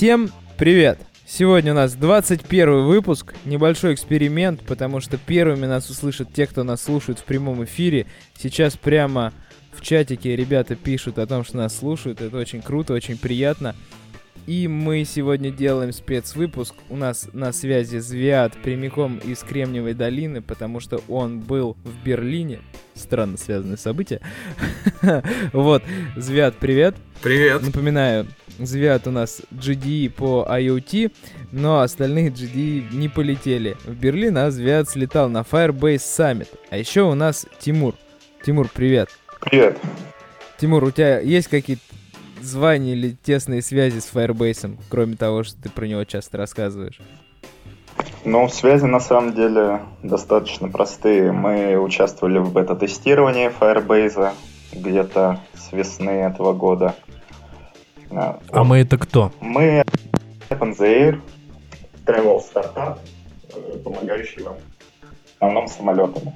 Всем привет! Сегодня у нас 21 выпуск, небольшой эксперимент, потому что первыми нас услышат те, кто нас слушает в прямом эфире. Сейчас прямо в чатике ребята пишут о том, что нас слушают, это очень круто, очень приятно. И мы сегодня делаем спецвыпуск. У нас на связи Звят прямиком из Кремниевой долины, потому что он был в Берлине. Странно связанные события. Вот, Звят, привет. Привет. Напоминаю, Звят у нас GDE по IoT, но остальные GDE не полетели в Берлин, а Звят слетал на Firebase Summit. А еще у нас Тимур. Тимур, привет. Привет. Тимур, у тебя есть какие-то звания или тесные связи с Firebase, кроме того, что ты про него часто рассказываешь? Ну, связи на самом деле достаточно простые. Мы участвовали в бета-тестировании Firebase где-то с весны этого года. А мы это кто? Мы Open the Air, travel стартап, помогающий вам в основном самолетами.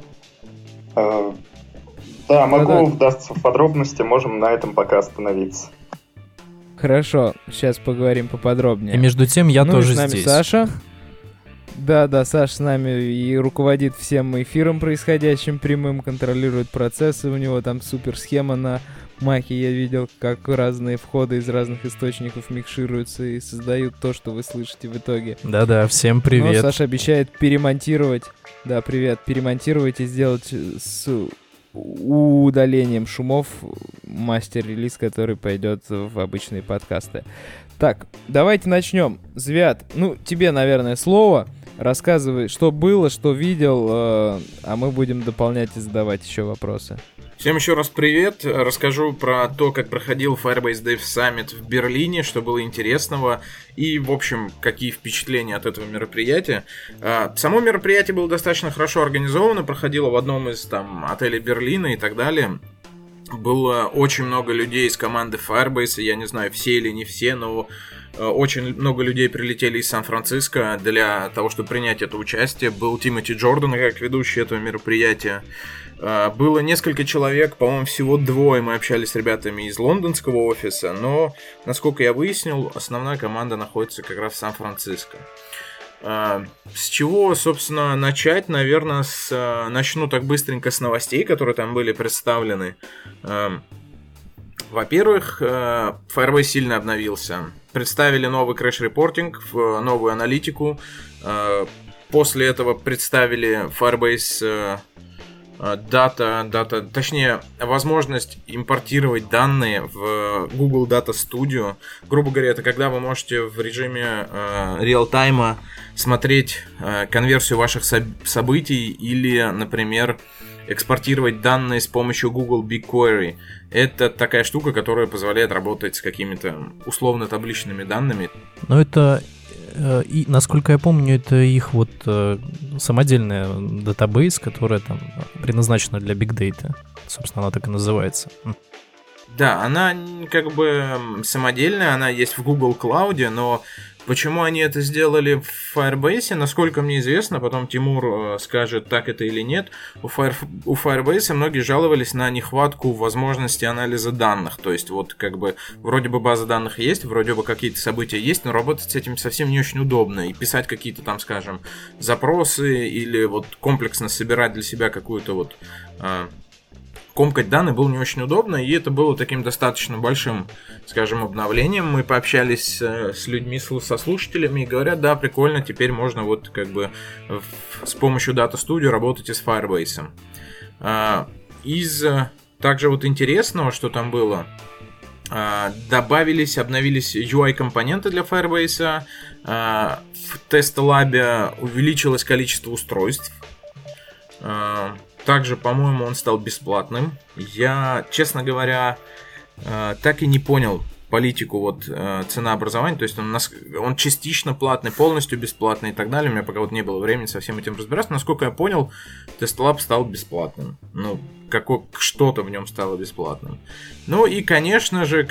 Да, могу вдастся в подробности, можем на этом пока остановиться. Хорошо, сейчас поговорим поподробнее. И между тем я тоже с нами здесь. Саша. Да, Саша с нами и руководит всем эфиром происходящим прямым, контролирует процессы, у него там супер схема на Маке, я видел, как разные входы из разных источников микшируются и создают то, что вы слышите в итоге. Да, всем привет. Но Саша обещает перемонтировать, перемонтировать и сделать с удалением шумов мастер-релиз, который пойдет в обычные подкасты. Так, давайте начнем. Звят, тебе, наверное, слово. Рассказывай, что было, что видел, а мы будем дополнять и задавать еще вопросы. Всем еще раз привет. Расскажу про то, как проходил Firebase Dev Summit в Берлине, что было интересного и, в общем, какие впечатления от этого мероприятия. Само мероприятие было достаточно хорошо организовано, проходило в одном из отелей Берлина и так далее. Было очень много людей из команды Firebase, я не знаю, все или не все, но очень много людей прилетели из Сан-Франциско для того, чтобы принять это участие. Был Тимоти Джордан как ведущий этого мероприятия. Было несколько человек, по-моему, всего двое. Мы общались с ребятами из лондонского офиса, но, насколько я выяснил, основная команда находится как раз в Сан-Франциско. С чего, собственно, начать? Наверное, начну так быстренько с новостей, которые там были представлены. Во-первых, Firebase сильно обновился. Представили новый крэш-репортинг, новую аналитику. После этого представили Firebase точнее, возможность импортировать данные в Google Data Studio. Грубо говоря, это когда вы можете в режиме реал-тайма смотреть конверсию ваших событий или, например, экспортировать данные с помощью Google BigQuery. Это такая штука, которая позволяет работать с какими-то условно-табличными данными. Но это, и, насколько я помню, это их самодельная датабейс, которая там предназначена для Big Data. Собственно, она так и называется. Да, она как бы самодельная, она есть в Google Cloud, но почему они это сделали в Firebase, насколько мне известно, потом Тимур скажет, так это или нет, у Firebase многие жаловались на нехватку возможности анализа данных, то есть вроде бы база данных есть, вроде бы какие-то события есть, но работать с этим совсем не очень удобно, и писать какие-то запросы или комплексно собирать для себя какую-то комкать данные было не очень удобно, и это было таким достаточно большим, обновлением. Мы пообщались с людьми, со слушателями, и говорят, да, прикольно, теперь можно с помощью Data Studio работать и с Firebase. Из также интересного, что там было, обновились UI-компоненты для Firebase, в тест-лабе увеличилось количество устройств. Также, по-моему, он стал бесплатным. Я, честно говоря, так и не понял политику ценообразования. То есть он частично платный, полностью бесплатный и так далее. У меня пока не было времени со всем этим разбираться. Насколько я понял, TestLab стал бесплатным. Что-то в нем стало бесплатным. И, конечно же,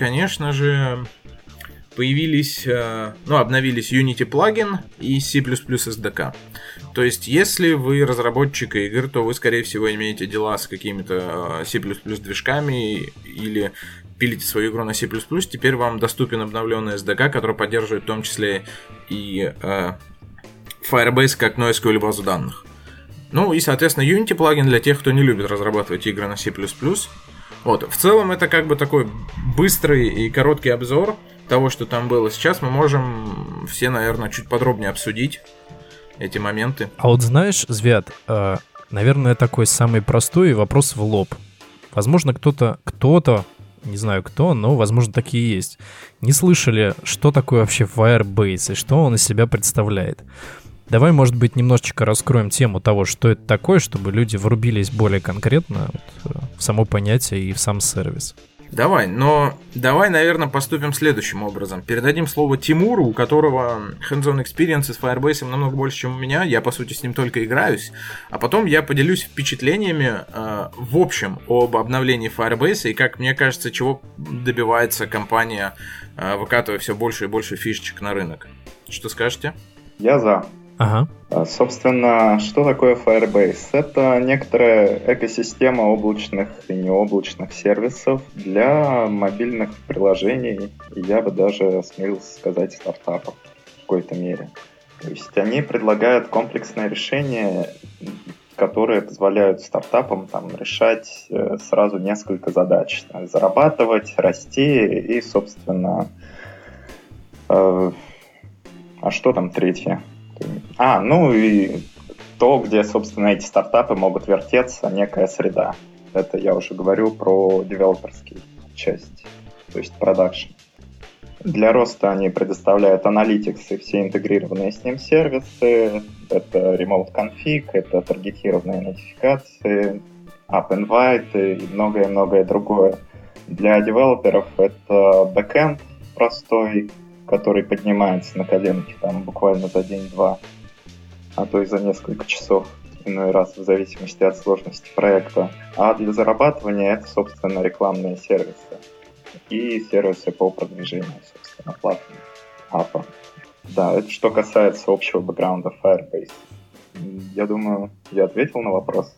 обновились Unity плагин и C++ SDK. То есть, если вы разработчик игр, то вы, скорее всего, имеете дела с какими-то C++ движками или пилите свою игру на C++, теперь вам доступен обновленный SDK, который поддерживает в том числе и Firebase как NoSQL базу данных. Ну и, соответственно, Unity плагин для тех, кто не любит разрабатывать игры на C++. Вот. В целом это как бы такой быстрый и короткий обзор того, что там было. Сейчас мы можем все, наверное, чуть подробнее обсудить эти моменты. А вот знаешь, Звят, наверное, такой самый простой вопрос в лоб. Возможно, кто-то, не знаю кто, но, возможно, такие есть, не слышали, что такое вообще Firebase и что он из себя представляет. Давай, может быть, немножечко раскроем тему того, что это такое, чтобы люди врубились более конкретно в само понятие и в сам сервис. Давай, наверное, поступим следующим образом. Передадим слово Тимуру, у которого hands-on experience с Firebase намного больше, чем у меня. Я, по сути, с ним только играюсь. А потом я поделюсь впечатлениями в общем об обновлении Firebase и, как мне кажется, чего добивается компания, выкатывая все больше и больше фишечек на рынок. Что скажете? Я за. Ага. Собственно, что такое Firebase? Это некоторая экосистема облачных и необлачных сервисов для мобильных приложений, и я бы даже осмелился сказать стартапов в какой-то мере. То есть они предлагают комплексное решение, которые позволяют стартапам решать сразу несколько задач. Зарабатывать, расти и, собственно... А что там третье? И то, где, собственно, эти стартапы могут вертеться, некая среда. Это я уже говорю про девелоперскую часть, то есть продакшн. Для роста они предоставляют Analytics и все интегрированные с ним сервисы. Это Remote Config, это таргетированные нотификации, App Invite и многое-многое другое. Для девелоперов это бэкэнд простой, который поднимается на коленке буквально за день-два, а то и за несколько часов, иной раз в зависимости от сложности проекта. А для зарабатывания это, собственно, рекламные сервисы и сервисы по продвижению, собственно, платные апа. Да, это что касается общего бэкграунда Firebase. Я думаю, я ответил на вопрос.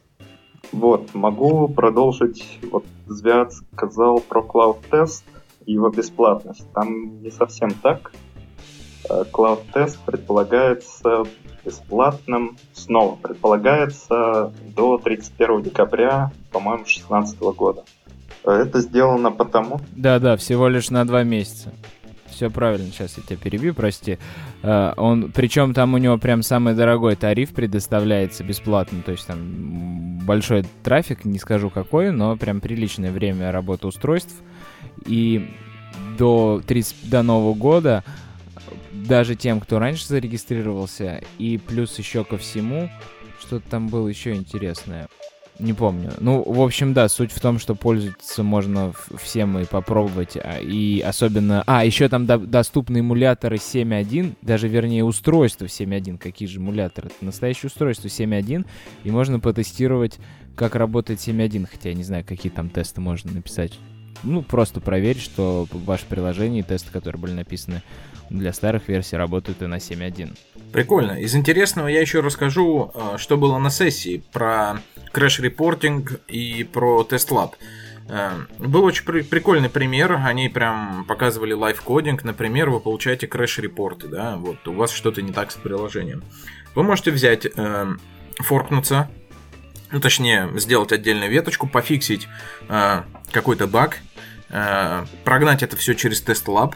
Могу продолжить. Звят сказал про Cloud Test и его бесплатность. Там не совсем так. Cloud Test предполагается бесплатным, снова предполагается до 31 декабря, по-моему, 2016 года. Это сделано потому... Да, всего лишь на 2 месяца. Все правильно, сейчас я тебя перебью, прости. Причем там у него прям самый дорогой тариф предоставляется бесплатно, то есть там большой трафик, не скажу какой, но прям приличное время работы устройств. И до Нового года даже тем, кто раньше зарегистрировался, и плюс еще ко всему, что-то там было еще интересное. Не помню. В общем, да, суть в том, что пользоваться можно всем и попробовать, и особенно... еще там доступны эмуляторы 7.1, даже, вернее, устройства 7.1. Какие же эмуляторы? Это настоящее устройство 7.1, и можно потестировать, как работает 7.1, хотя я не знаю, какие там тесты можно написать. Просто проверить, что ваше приложение и тесты, которые были написаны для старых версий, работают и на 7.1. Прикольно. Из интересного я еще расскажу, что было на сессии про крэш-репортинг и про тест-лаб. Был очень прикольный пример. Они прям показывали лайв-кодинг. Например, вы получаете крэш-репорты, да, у вас что-то не так с приложением. Вы можете взять, форкнуться, точнее, сделать отдельную веточку, пофиксить какой-то баг, прогнать это все через тест-лаб.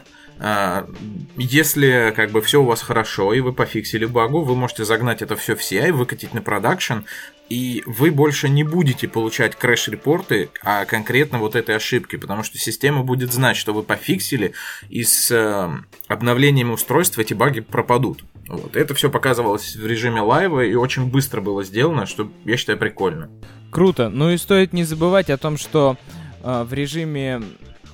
Если все у вас хорошо, и вы пофиксили багу, вы можете загнать это все в CI, выкатить на продакшн, и вы больше не будете получать крэш-репорты, а конкретно этой ошибки, потому что система будет знать, что вы пофиксили, и с обновлением устройства эти баги пропадут. Это все показывалось в режиме лайва, и очень быстро было сделано, что я считаю прикольно. Круто. И стоит не забывать о том, что в режиме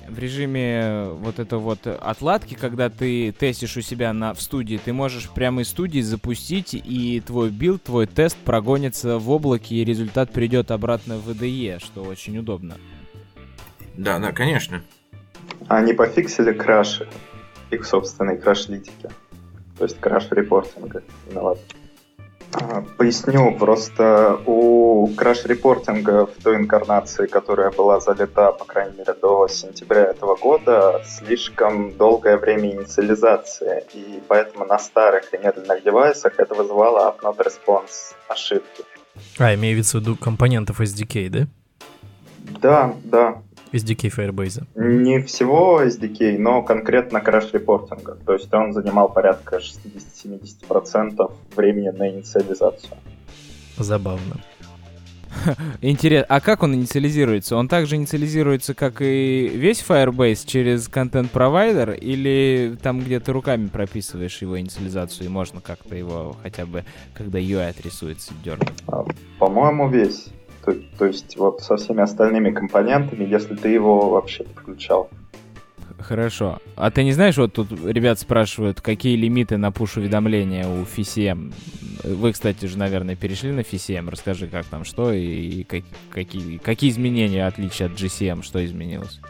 отладки, когда ты тестишь у себя в студии, ты можешь прямо из студии запустить, и твой билд, твой тест прогонится в облаке, и результат придет обратно в IDE, что очень удобно. Да, конечно. Они пофиксили краши, их собственные краш-литики. То есть краш-репортинга. Поясню, просто у краш-репортинга в той инкарнации, которая была залита, по крайней мере, до сентября этого года, слишком долгое время инициализации, и поэтому на старых и медленных девайсах это вызывало app not response ошибки. Имеется в виду компонентов SDK, да? Да. SDK Firebase. Не всего SDK, но конкретно краш-репортинга. То есть он занимал порядка 60-70% времени на инициализацию. Забавно. Интересно, а как он инициализируется? Он также инициализируется, как и весь Firebase, через контент-провайдер, или там, где ты руками прописываешь его инициализацию, и можно как-то его хотя бы, когда UI отрисуется, дернуть? По-моему, весь. То есть вот со всеми остальными компонентами, если ты его вообще подключал. Хорошо. А ты не знаешь, вот тут ребят спрашивают, какие лимиты на пуш-уведомления у FCM? Вы, кстати же, наверное, перешли на FCM. Расскажи, как там, что и какие изменения, отличия от GCM, что изменилось?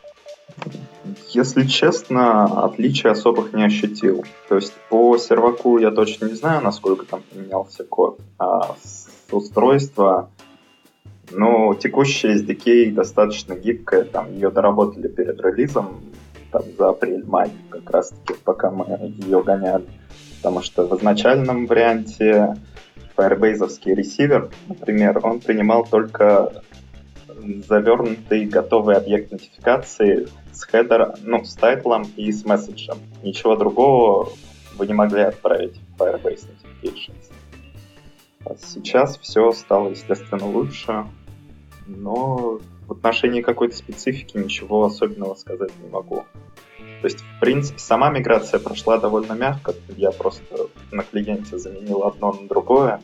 Если честно, отличий особых не ощутил. То есть по серваку я точно не знаю, насколько там поменялся код, а с устройства... Но текущая SDK достаточно гибкая, там ее доработали перед релизом, там, за апрель-май, как раз-таки, пока мы ее гоняли. Потому что в изначальном варианте Firebase-овский ресивер, например, он принимал только завернутый готовый объект нотификации с хедером, с тайтлом и с месседжем. Ничего другого вы не могли отправить в Firebase Notifications. Сейчас все стало, естественно, лучше, но в отношении какой-то специфики ничего особенного сказать не могу. То есть, в принципе, сама миграция прошла довольно мягко. Я просто на клиенте заменил одно на другое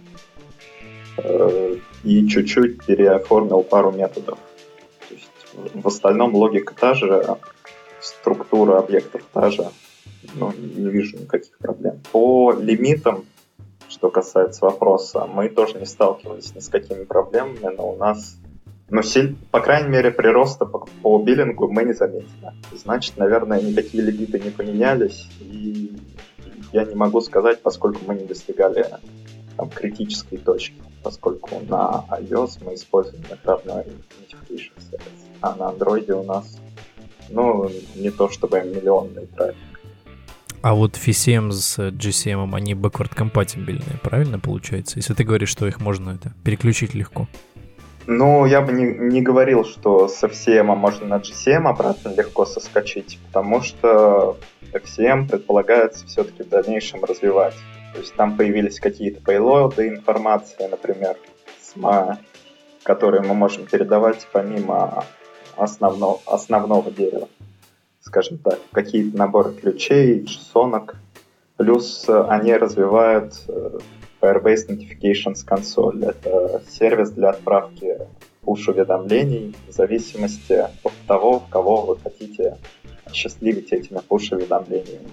и чуть-чуть переоформил пару методов. То есть, в остальном логика та же, структура объектов та же. Не вижу никаких проблем. По лимитам, что касается вопроса, мы тоже не сталкивались ни с какими проблемами, но у нас, по крайней мере, прироста по биллингу мы не заметили. Значит, наверное, никакие лимиты не поменялись, и я не могу сказать, поскольку мы не достигали критической точки, поскольку на iOS мы используем накладной notification service, а на Android у нас, не то чтобы миллионный трафик. А вот FCM с GCM, они backward-компатибельные, правильно получается? Если ты говоришь, что их можно переключить легко. Я бы не говорил, что с FCM можно на GCM обратно легко соскочить, потому что FCM предполагается все-таки в дальнейшем развивать. То есть там появились какие-то пейлоды информации, например, которые мы можем передавать помимо основного дерева. Скажем так, какие-то наборы ключей, JSON-ок. Плюс они развивают Firebase Notifications Console. Это сервис для отправки push-уведомлений в зависимости от того, кого вы хотите осчастливить этими push-уведомлениями.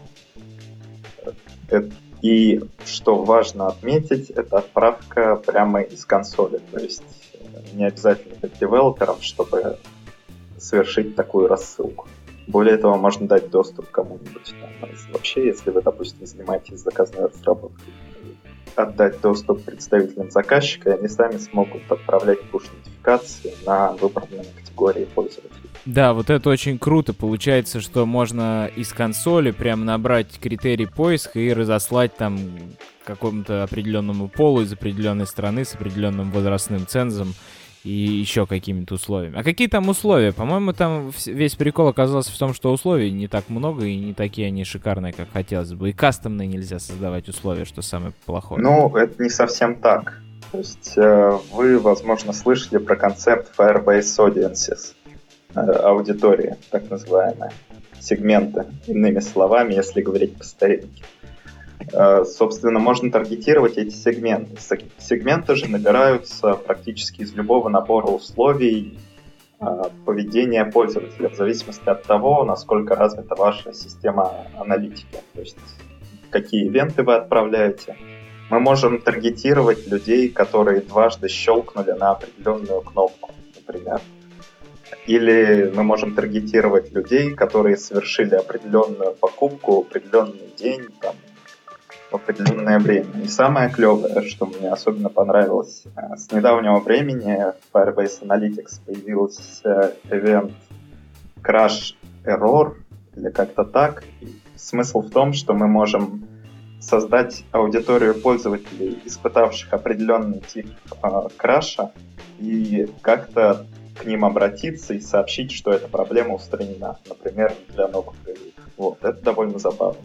И что важно отметить, это отправка прямо из консоли. То есть не обязательно быть девелопером, чтобы совершить такую рассылку. Более того, можно дать доступ кому-нибудь. Вообще, если вы, допустим, занимаетесь заказной разработкой, отдать доступ представителям заказчика, и они сами смогут отправлять push-нотификации на выбранные категории пользователей. Да, вот это очень круто. Получается, что можно из консоли прям набрать критерий поиска и разослать там какому-то определенному полу из определенной страны с определенным возрастным цензом и еще какими-то условиями. А какие там условия? По-моему, там весь прикол оказался в том, что условий не так много и не такие они шикарные, как хотелось бы. И кастомные нельзя создавать условия, что самое плохое. Это не совсем так. То есть вы, возможно, слышали про концепт Firebase Audiences, аудитории, так называемые, сегменты, иными словами, если говорить по старинке. Собственно, можно таргетировать эти сегменты. Сегменты же набираются практически из любого набора условий поведения пользователя, в зависимости от того, насколько развита ваша система аналитики. То есть, какие ивенты вы отправляете. Мы можем таргетировать людей, которые дважды щелкнули на определенную кнопку, например. Или мы можем таргетировать людей, которые совершили определенную покупку в определенный день, в определенное время. И самое клевое, что мне особенно понравилось, с недавнего времени в Firebase Analytics появился ивент Crash Error, или как-то так. И смысл в том, что мы можем создать аудиторию пользователей, испытавших определенный тип краша, и как-то к ним обратиться и сообщить, что эта проблема устранена, например, для новых релизов. Вот, это довольно забавно.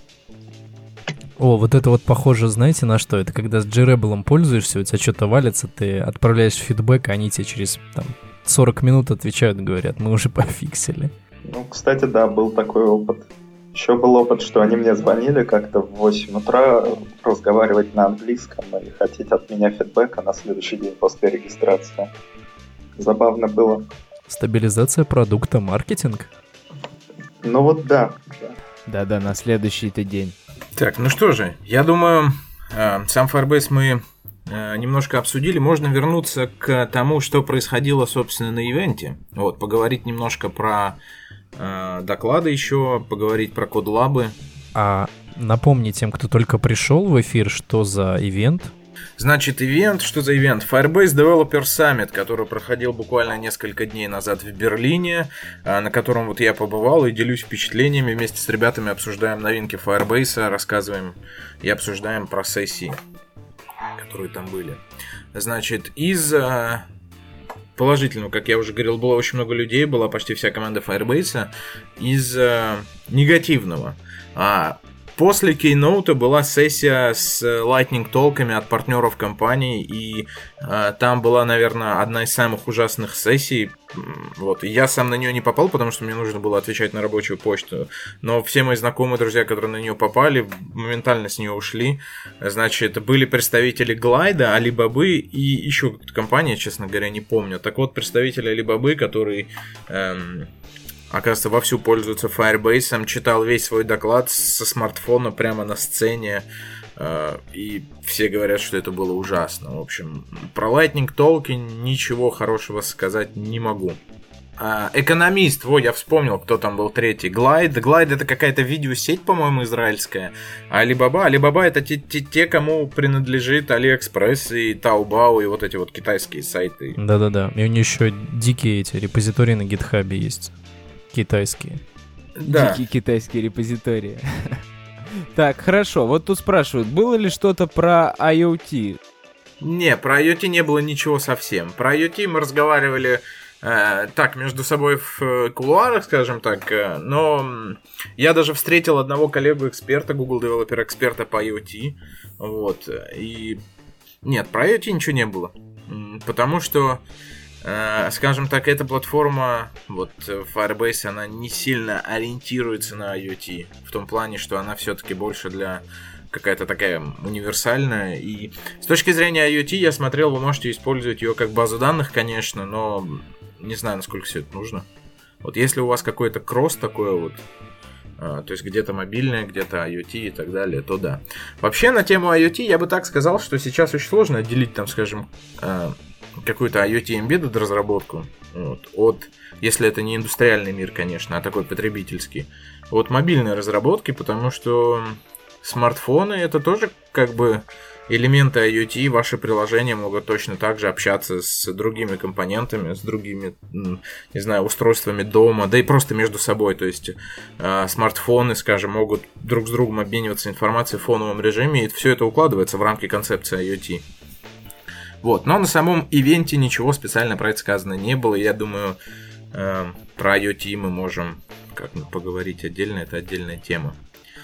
О, вот это вот похоже, знаете, на что? Это когда с Grebel пользуешься, у тебя что-то валится, ты отправляешь фидбэк, а они тебе через 40 минут отвечают, говорят, мы уже пофиксили. Ну, кстати, да, был такой опыт. Еще был опыт, что они мне звонили как-то в 8 утра разговаривать на английском и хотеть от меня фидбэка на следующий день после регистрации. Забавно было. Стабилизация продукта, маркетинг? Ну вот да. Да-да, на следующий-то день. Так, ну что же, я думаю, сам Firebase мы немножко обсудили. Можно вернуться к тому, что происходило, собственно, на ивенте. Вот, поговорить немножко про доклады еще, поговорить про код-лабы. А напомни тем, кто только пришел в эфир, что за ивент? Значит, ивент, что за ивент? Firebase Developer Summit, который проходил буквально несколько дней назад в Берлине, на котором вот я побывал и делюсь впечатлениями, вместе с ребятами обсуждаем новинки Firebase, рассказываем и обсуждаем про сессии, которые там были. Значит, из положительного, как я уже говорил, было очень много людей, была почти вся команда Firebase. Из негативного. После кейноута была сессия с lightning-толками от партнеров компании, и там была, наверное, одна из самых ужасных сессий. Вот. Я сам на нее не попал, потому что мне нужно было отвечать на рабочую почту. Но все мои знакомые, друзья, которые на нее попали, моментально с нее ушли. Значит, были представители Glide, Alibaba и еще какая-то компания, честно говоря, не помню. Так вот, представители Alibaba, который... оказывается, вовсю пользуется Firebase, читал весь свой доклад со смартфона прямо на сцене, и все говорят, что это было ужасно. В общем, про Lightning Talk ничего хорошего сказать не могу. Экономист, я вспомнил, кто там был третий. Glide это какая-то видеосеть, по-моему, израильская. А Alibaba это те, кому принадлежит AliExpress и Taobao и вот эти вот китайские сайты. Да-да-да, и у нее еще дикие эти репозитории на GitHub есть. Китайские. Да. Дикие китайские репозитории. Так, хорошо. Вот тут спрашивают, было ли что-то про IoT? Не, про IoT не было ничего совсем. Про IoT мы разговаривали так, между собой в кулуарах, скажем так. Но я даже встретил одного коллегу-эксперта, Google Developer эксперта по IoT. Вот. И нет, про IoT ничего не было. Потому что скажем так, эта платформа, вот Firebase, она не сильно ориентируется на IoT, в том плане, что она все-таки больше для какая-то такая универсальная. И с точки зрения IoT, я смотрел, вы можете использовать ее как базу данных, конечно, но не знаю, насколько все это нужно. Вот если у вас какой-то кросс такой вот, то есть где-то мобильное, где-то IoT и так далее, то да. Вообще на тему IoT я бы так сказал, что сейчас очень сложно отделить, там, скажем, какую-то IoT embedded разработку от, если это не индустриальный мир, конечно, а такой потребительский, от мобильной разработки, потому что смартфоны это тоже как бы элементы IoT, ваши приложения могут точно так же общаться с другими компонентами, с другими, не знаю, устройствами дома, да и просто между собой, то есть смартфоны, скажем, могут друг с другом обмениваться информацией в фоновом режиме, и все это укладывается в рамки концепции IoT. Вот, но на самом ивенте ничего специально про это сказано не было. Я думаю, про IoT мы можем как-нибудь поговорить отдельно, это отдельная тема.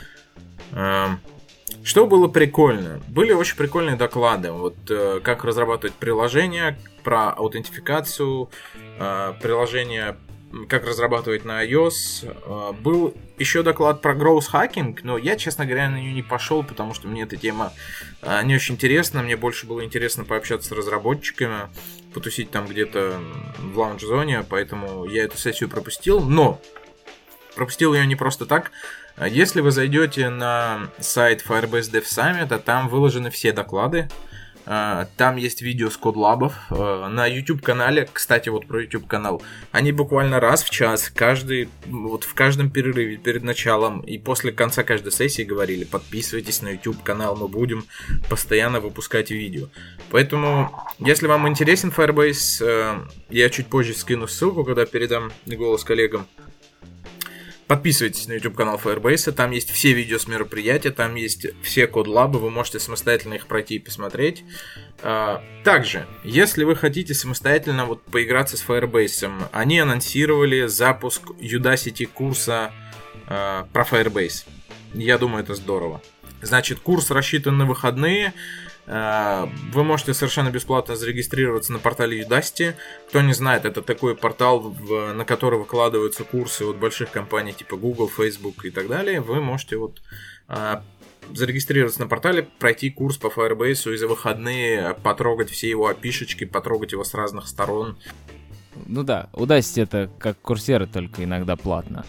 Что было прикольно? Были очень прикольные доклады. Вот как разрабатывать приложения, про аутентификацию, приложения, как разрабатывать на iOS. Был еще доклад про growth hacking, но я, честно говоря, на нее не пошел, потому что мне эта тема не очень интересна. Мне больше было интересно пообщаться с разработчиками, потусить там где-то в лаунж-зоне, поэтому я эту сессию пропустил. Но пропустил ее не просто так. Если вы зайдете на сайт Firebase Dev Summit, там выложены все доклады. Там есть видео с кодлабов. На YouTube-канале, кстати, вот про YouTube-канал, они буквально раз в час, в каждом перерыве перед началом и после конца каждой сессии говорили: подписывайтесь на YouTube-канал, мы будем постоянно выпускать видео. Поэтому, если вам интересен Firebase, я чуть позже скину ссылку, когда передам голос коллегам. Подписывайтесь на YouTube-канал Firebase, там есть все видео с мероприятия, там есть все кодлабы, вы можете самостоятельно их пройти и посмотреть. Также, если вы хотите самостоятельно поиграться с Firebase, они анонсировали запуск Udacity курса про Firebase. Я думаю, это здорово. Значит, курс рассчитан на выходные. Вы можете совершенно бесплатно зарегистрироваться на портале Udacity. Кто не знает, это такой портал, на который выкладываются курсы от больших компаний типа Google, Facebook и так далее. Вы можете зарегистрироваться на портале, пройти курс по Firebase и за выходные потрогать все его API-шечки, потрогать его с разных сторон. Ну да, Udacity это как Курсера, только иногда платно.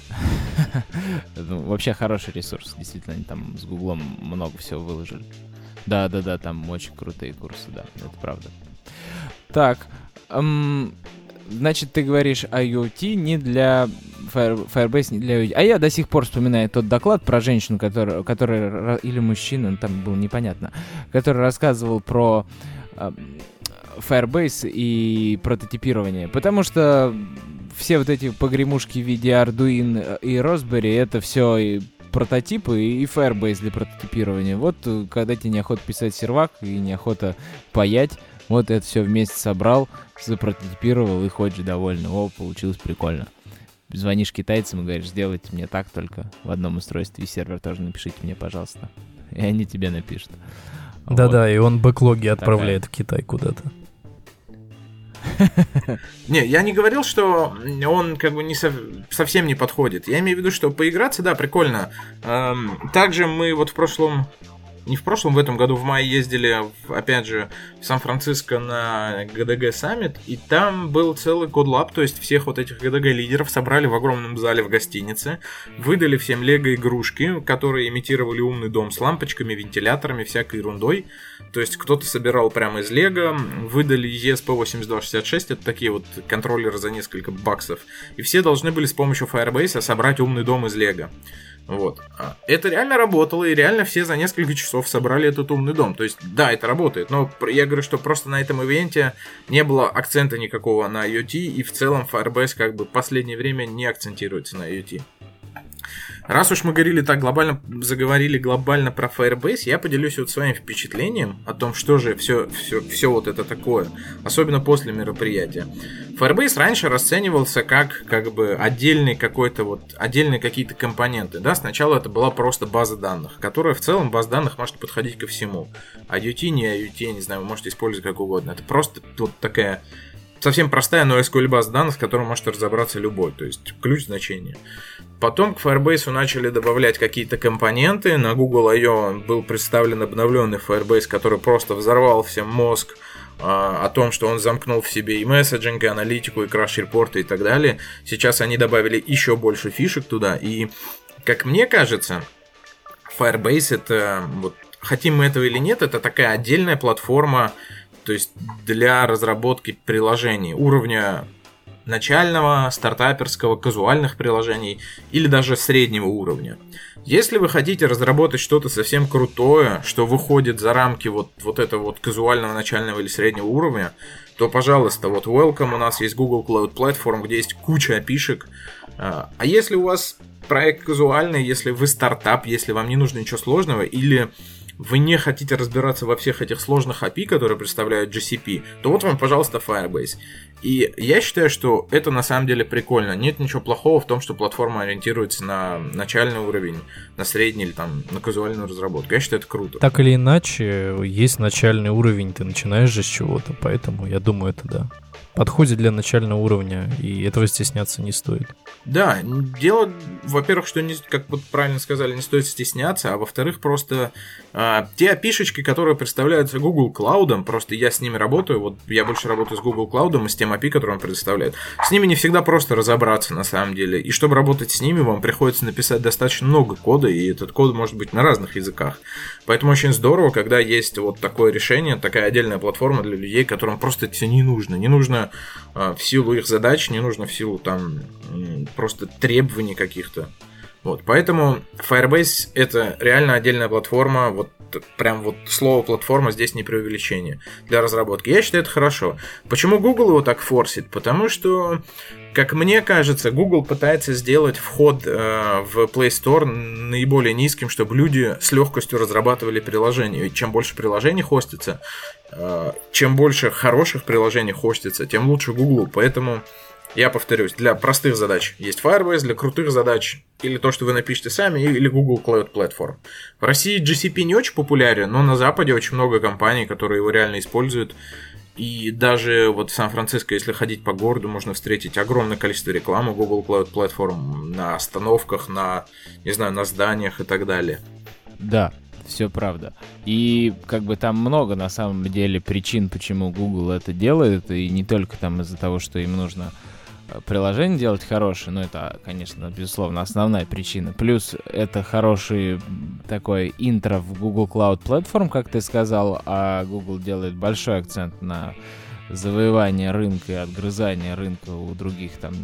Вообще хороший ресурс, действительно, они там с Гуглом много всего выложили. Да, там очень крутые курсы, да, это правда. Так, значит, ты говоришь IoT не для Firebase, не для IoT. А я до сих пор вспоминаю тот доклад про женщину, которая или мужчину, там было непонятно, который рассказывал про Firebase и прототипирование. Потому что все вот эти погремушки в виде Arduino и Raspberry, это все и прототипы и Firebase для прототипирования. Вот когда тебе неохота писать сервак и неохота паять, вот это все вместе собрал, запрототипировал и ходишь довольно. О, получилось прикольно. Звонишь китайцам и говоришь: сделайте мне так только в одном устройстве, и сервер тоже напишите мне, пожалуйста. И они тебе напишут. Да-да, и он бэклоги отправляет в Китай куда-то. Не, я не говорил, что он как бы совсем не подходит. Я имею в виду, что поиграться, да, прикольно. Также мы в этом году в мае ездили, опять же, в Сан-Франциско на GDG Summit, и там был целый кодлаб, то есть всех вот этих GDG-лидеров собрали в огромном зале в гостинице, выдали всем лего-игрушки, которые имитировали умный дом с лампочками, вентиляторами, всякой ерундой. То есть кто-то собирал прямо из лего, выдали ESP8266, это такие вот контроллеры за несколько баксов, и все должны были с помощью Firebase собрать умный дом из лего. Вот. Это реально работало, и реально все за несколько часов собрали этот умный дом. То есть, да, это работает, но я говорю, что просто на этом ивенте не было акцента никакого на IoT, и в целом Firebase как бы в последнее время не акцентируется на IoT. Раз уж мы заговорили глобально про Firebase, я поделюсь вот своим впечатлением о том, что же все вот это такое, особенно после мероприятия. Firebase раньше расценивался как бы отдельные какие-то компоненты, да, сначала это была просто база данных, которая в целом база данных может подходить ко всему. IoT, не IoT, я не знаю, вы можете использовать как угодно. Это просто вот такая совсем простая NoSQL база данных, с которой может разобраться любой, то есть ключ значения. Потом к Firebase начали добавлять какие-то компоненты. На Google I.O. был представлен обновленный Firebase, который просто взорвал всем мозг о том, что он замкнул в себе и месседжинг, и аналитику, и краш-репорты и так далее. Сейчас они добавили еще больше фишек туда. И, как мне кажется, Firebase это, вот, хотим мы этого или нет, это такая отдельная платформа, то есть для разработки приложений уровня начального, стартаперского, казуальных приложений или даже среднего уровня. Если вы хотите разработать что-то совсем крутое, что выходит за рамки вот этого вот казуального, начального или среднего уровня, то, пожалуйста, вот welcome, у нас есть Google Cloud Platform, где есть куча API-шек. А если у вас проект казуальный, если вы стартап, если вам не нужно ничего сложного, или вы не хотите разбираться во всех этих сложных API, которые представляют GCP, то вот вам, пожалуйста, Firebase. И я считаю, что это на самом деле прикольно. Нет ничего плохого в том, что платформа ориентируется на начальный уровень, на средний или там на казуальную разработку. Я считаю, это круто. Так или иначе, есть начальный уровень, ты начинаешь же с чего-то, поэтому я думаю, это да. подходит для начального уровня, и этого стесняться не стоит. Да, дело, во-первых, что, как вот правильно сказали, не стоит стесняться, а во-вторых, просто те API-шечки, которые представляются Google Cloud, просто я с ними работаю, вот я больше работаю с Google Cloud и с тем API, которые он предоставляет. С ними не всегда просто разобраться на самом деле, и чтобы работать с ними, вам приходится написать достаточно много кода, и этот код может быть на разных языках. Поэтому очень здорово, когда есть вот такое решение, такая отдельная платформа для людей, которым просто это все не нужно. Не нужно в силу их задач, не нужно в силу там просто требований каких-то. Вот, поэтому Firebase — это реально отдельная платформа, вот прям вот слово платформа здесь не преувеличение для разработки. Я считаю, это хорошо. Почему Google его так форсит? Потому что, как мне кажется, Google пытается сделать вход в Play Store наиболее низким, чтобы люди с легкостью разрабатывали приложения. Ведь чем больше приложений хостится, чем больше хороших приложений хостится, тем лучше Google. Поэтому я повторюсь, для простых задач есть Firebase, для крутых задач или то, что вы напишете сами, или Google Cloud Platform. В России GCP не очень популярен, но на Западе очень много компаний, которые его реально используют. И даже вот в Сан-Франциско, если ходить по городу, можно встретить огромное количество рекламы Google Cloud Platform на остановках, на, не знаю, на зданиях и так далее. Да, все правда. И как бы там много на самом деле причин, почему Google это делает, и не только там из-за того, что им нужно приложение делать хорошее, но это, конечно, безусловно, основная причина. Плюс это хороший такой интро в Google Cloud Platform, как ты сказал, а Google делает большой акцент на завоевание рынка и отгрызание рынка у других там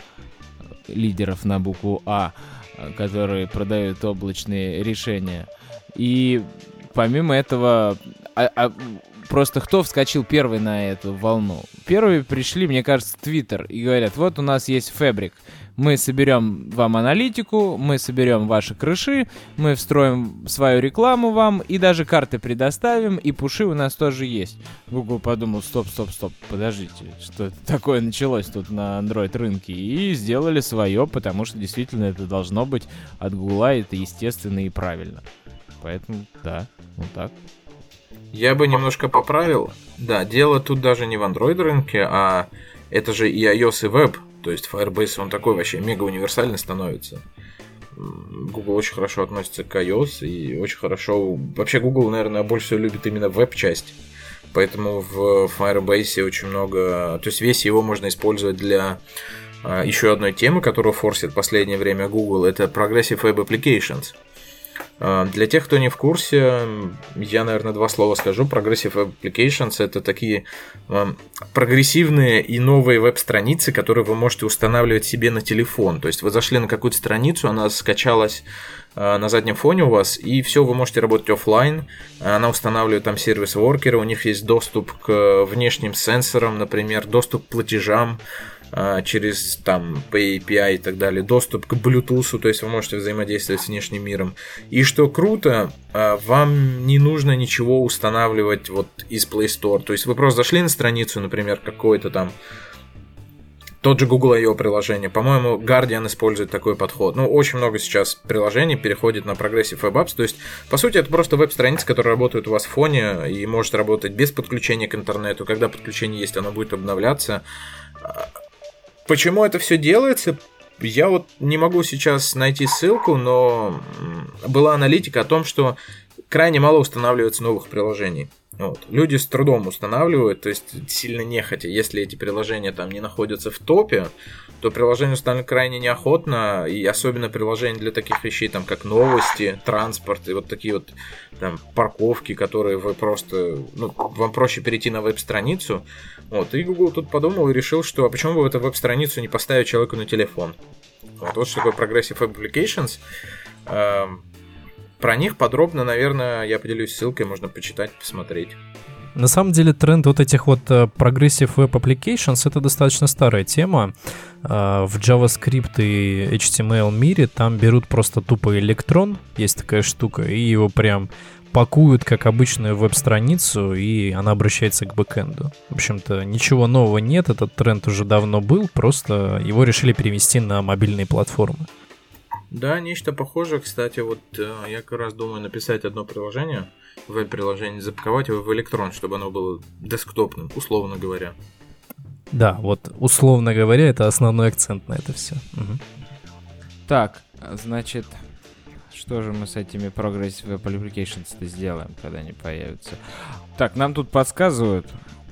лидеров на букву А, которые продают облачные решения. И помимо этого, просто кто вскочил первый на эту волну? Первые пришли, мне кажется, Twitter и говорят, вот у нас есть Fabric, мы соберем вам аналитику, мы соберем ваши крыши, мы встроим свою рекламу вам и даже карты предоставим, и пуши у нас тоже есть. Google подумал, стоп, подождите, что это такое началось тут на Android рынке, и сделали свое, потому что действительно это должно быть от Google, это естественно и правильно. Поэтому, да, вот так. Я бы немножко поправил. Да, дело тут даже не в Android рынке, а это же и iOS, и Web. То есть Firebase, он такой вообще мега универсальный становится. Google очень хорошо относится к iOS и очень хорошо... Вообще Google, наверное, больше всего любит именно веб-часть. Поэтому в Firebase очень много... То есть весь его можно использовать для еще одной темы, которую форсит в последнее время Google. Это Progressive Web Applications. Для тех, кто не в курсе, я, наверное, два слова скажу. Progressive Web Applications — это такие прогрессивные и новые веб-страницы, которые вы можете устанавливать себе на телефон. То есть вы зашли на какую-то страницу, она скачалась на заднем фоне у вас, и все, вы можете работать офлайн. Она устанавливает там сервис-воркеры, у них есть доступ к внешним сенсорам, например, доступ к платежам через там Pay API и так далее, доступ к Bluetooth, то есть вы можете взаимодействовать с внешним миром. И что круто, вам не нужно ничего устанавливать вот из Play Store. То есть вы просто зашли на страницу, например, какой-то там тот же Google I.O. приложение. По-моему, Guardian использует такой подход. Ну, очень много сейчас приложений переходит на Progressive Web Apps. То есть, по сути, это просто веб-страница, которая работает у вас в фоне и может работать без подключения к интернету. Когда подключение есть, оно будет обновляться. Почему это все делается? Я вот не могу сейчас найти ссылку, но была аналитика о том, что крайне мало устанавливается новых приложений. Вот. Люди с трудом устанавливают, то есть сильно нехотя. Если эти приложения там не находятся в топе, то приложение устанавливают крайне неохотно, и особенно приложения для таких вещей, там, как новости, транспорт, и вот такие вот там парковки, которые вы просто, ну, вам проще перейти на веб-страницу. Вот. И Google тут подумал и решил, что а почему бы эту веб-страницу не поставить человеку на телефон? Вот что такое Progressive Web Applications. Про них подробно, наверное, я поделюсь ссылкой, можно почитать, посмотреть. На самом деле тренд вот этих вот Progressive Web Applications — это достаточно старая тема. В JavaScript и HTML мире там берут просто тупо электрон, есть такая штука, и его прям пакуют как обычную веб-страницу, и она обращается к бэкэнду. В общем-то, ничего нового нет, этот тренд уже давно был, просто его решили перевести на мобильные платформы. Да, нечто похожее, кстати, вот я как раз думаю написать одно приложение, веб-приложение, запаковать его в электрон, чтобы оно было десктопным, условно говоря. Да, вот условно говоря, это основной акцент на это все. Угу. Так, значит, что же мы с этими Progressive Web Applications-то сделаем, когда они появятся? Так, нам тут подсказывают,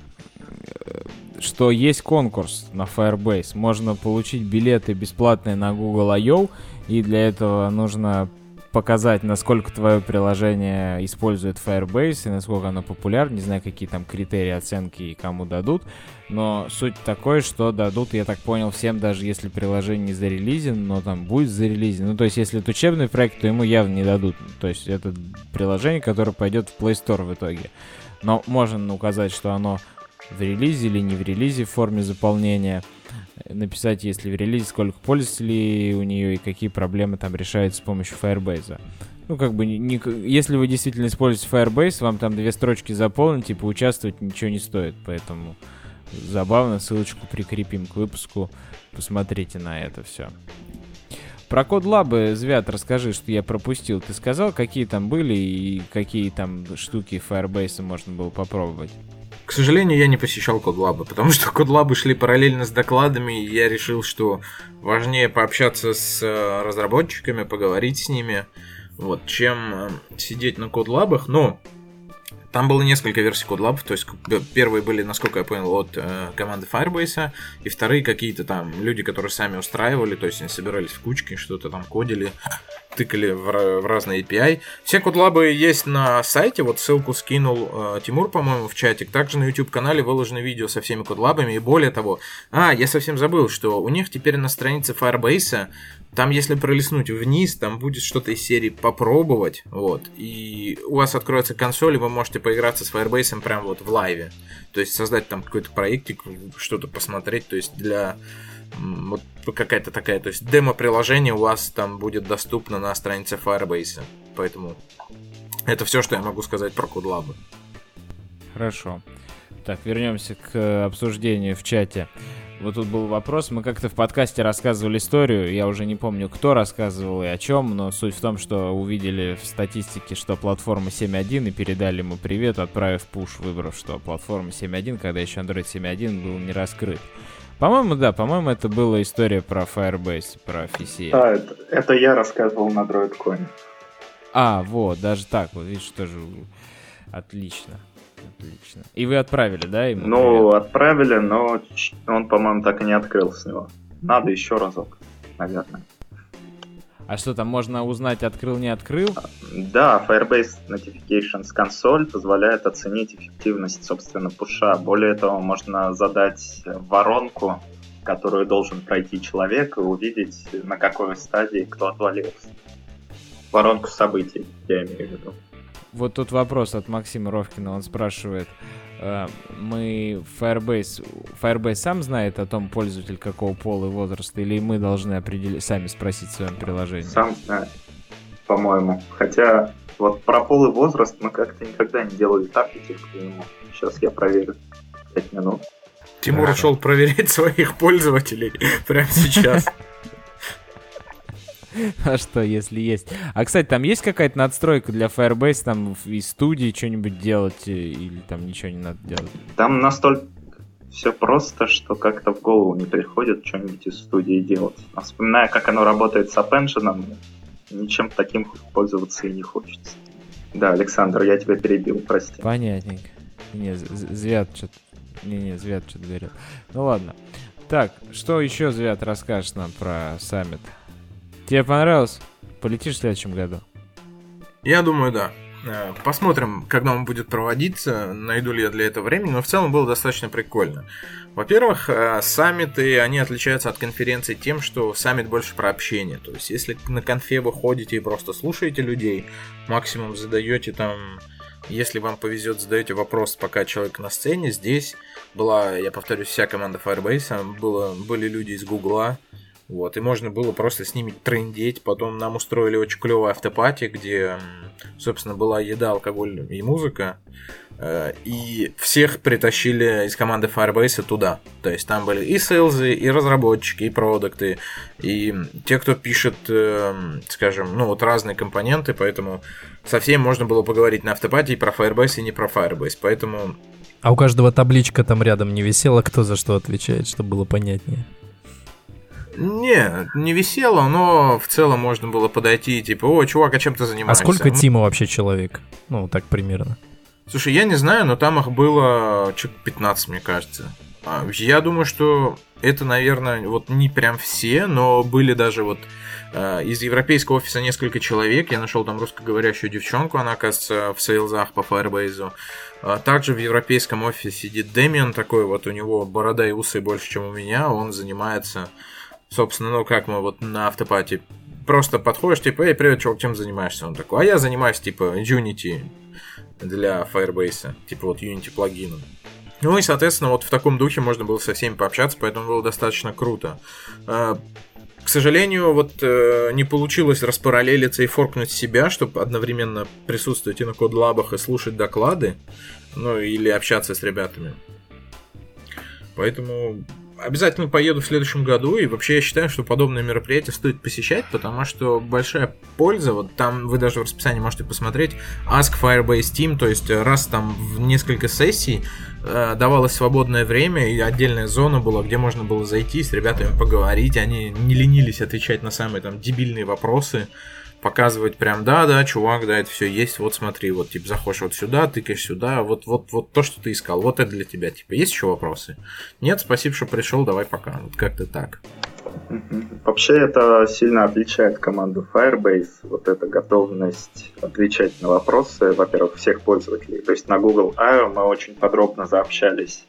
что есть конкурс на Firebase. Можно получить билеты бесплатные на Google I.O., и для этого нужно показать, насколько твое приложение использует Firebase и насколько оно популярно. Не знаю, какие там критерии оценки и кому дадут. Но суть такой, что дадут, я так понял, всем, даже если приложение не зарелизен, но там будет зарелизен. Ну, то есть, если это учебный проект, то ему явно не дадут. То есть, это приложение, которое пойдет в Play Store в итоге. Но можно указать, что оно в релизе или не в релизе в форме заполнения. Написать, если в релизе, сколько пользователей у нее и какие проблемы там решаются с помощью Firebase. Ну, как бы, если вы действительно используете Firebase, вам там 2 строчки заполнить и поучаствовать ничего не стоит. Поэтому забавно, ссылочку прикрепим к выпуску. Посмотрите на это все. Про CodeLab, Звят, расскажи, что я пропустил. Ты сказал, какие там были и какие там штуки Firebase можно было попробовать? К сожалению, я не посещал CodeLab, потому что CodeLab шли параллельно с докладами, и я решил, что важнее пообщаться с разработчиками, поговорить с ними, вот, чем сидеть на CodeLab'ах. Но там было несколько версий CodeLab, то есть первые были, насколько я понял, от команды Firebase, и вторые какие-то там люди, которые сами устраивали, то есть они собирались в кучки, что-то там кодили, тыкали в разные API. Все CodeLab'ы есть на сайте, вот ссылку скинул Тимур, по-моему, в чатик. Также на YouTube-канале выложено видео со всеми CodeLab'ами, и более того, я совсем забыл, что у них теперь на странице Firebase, там, если пролистнуть вниз, там будет что-то из серии «Попробовать», вот, и у вас откроется консоль, и вы можете поиграться с Firebase прямо вот в лайве, то есть создать там какой-то проектик, что-то посмотреть, то есть для... Вот какая-то такая, то есть демо-приложение у вас там будет доступно на странице Firebase. Поэтому это все, что я могу сказать про CodeLab. Хорошо. Так, вернемся к обсуждению в чате. Вот тут был вопрос. Мы как-то в подкасте рассказывали историю. Я уже не помню, кто рассказывал и о чем, но суть в том, что увидели в статистике, что платформа 7.1, и передали ему привет, отправив пуш, выбрав, что платформа 7.1, когда еще Android 7.1 был не раскрыт. По-моему, да, по-моему, это была история про Firebase, про FCA. Да, это я рассказывал на DroidCon. Вот, даже так, вот видишь, тоже отлично. Отлично. И вы отправили, да, ему? Ну, привет? Отправили, но он, по-моему, так и не открыл с него. Надо еще разок, наверное. А что там, можно узнать, открыл, не открыл? Да, Firebase Notifications консоль позволяет оценить эффективность, собственно, пуша. Более того, можно задать воронку, которую должен пройти человек, и увидеть, на какой стадии кто отвалился. Воронку событий, я имею в виду. Вот тут вопрос от Максима Ровкина, он спрашивает, мы Firebase сам знает о том, пользователь какого пола и возраста, или мы должны сами спросить в своем приложении? Сам знает, по-моему. Хотя вот про пол и возраст мы как-то никогда не делали таргетинг к нему. Сейчас я проверю. 5 минут. Тимур ушел проверять своих пользователей прямо сейчас. А что, если есть? А, кстати, там есть какая-то надстройка для Firebase, там из студии что-нибудь делать, или там ничего не надо делать? Там настолько все просто, что как-то в голову не приходит что-нибудь из студии делать. А вспоминая, как оно работает с App Engine, ничем таким пользоваться и не хочется. Да, Александр, я тебя перебил, прости. Понятненько. Звят что-то говорил. Ну ладно. Так, что еще, Звят, расскажешь нам про саммит? Тебе понравилось? Полетишь в следующем году? Я думаю, да. Посмотрим, когда он будет проводиться, найду ли я для этого времени, но в целом было достаточно прикольно. Во-первых, саммиты, они отличаются от конференций тем, что саммит больше про общение. То есть, если на конфе вы ходите и просто слушаете людей, максимум задаете там, если вам повезет, задаете вопрос, пока человек на сцене. Здесь была, я повторюсь, вся команда Firebase, были люди из Гугла, Вот, и можно было просто с ними трындеть. Потом нам устроили очень клевый автопати, где, собственно, была еда, алкоголь и музыка. И всех притащили из команды Firebase туда. То есть там были и сейлзы, и разработчики, и продукты, и те, кто пишет, скажем, ну вот разные компоненты, поэтому со всеми можно было поговорить на автопате и про Firebase, и не про Firebase, поэтому... А у каждого табличка там рядом не висела, кто за что отвечает, чтобы было понятнее? Не висело, но в целом можно было подойти и типа, о, чувак, а чем ты занимаешься? А сколько тима вообще человек? Ну, так примерно. Слушай, я не знаю, но там их было чуть 15, мне кажется. Я думаю, что это, наверное, вот не прям все, но были даже вот из европейского офиса несколько человек. Я нашел там русскоговорящую девчонку, она, оказывается, в сейлзах по Firebase. Также в европейском офисе сидит Дэмиан такой, вот у него борода и усы больше, чем у меня. Он занимается, собственно, ну как мы вот на автопате просто подходишь, типа, эй, привет, чувак, чем занимаешься? Он такой, а я занимаюсь, типа, Unity для Firebase, типа вот Unity плагином. Ну и, соответственно, вот в таком духе можно было со всеми пообщаться, поэтому было достаточно круто. К сожалению, вот не получилось распараллелиться и форкнуть себя, чтобы одновременно присутствовать и на кодлабах, и слушать доклады, ну или общаться с ребятами. Поэтому обязательно поеду в следующем году, и вообще я считаю, что подобные мероприятия стоит посещать, потому что большая польза, вот там вы даже в расписании можете посмотреть, Ask Firebase Team, то есть раз там в несколько сессий давалось свободное время, и отдельная зона была, где можно было зайти с ребятами поговорить, они не ленились отвечать на самые там дебильные вопросы, показывать прям, да, чувак, да, это все есть, вот смотри, вот, типа, заходишь вот сюда, тыкаешь сюда, вот то, что ты искал, вот это для тебя, типа, есть еще вопросы? Нет, спасибо, что пришел, давай пока, вот как-то так. Вообще это сильно отличает команду Firebase, вот эта готовность отвечать на вопросы, во-первых, всех пользователей, то есть на Google I.O. мы очень подробно заобщались,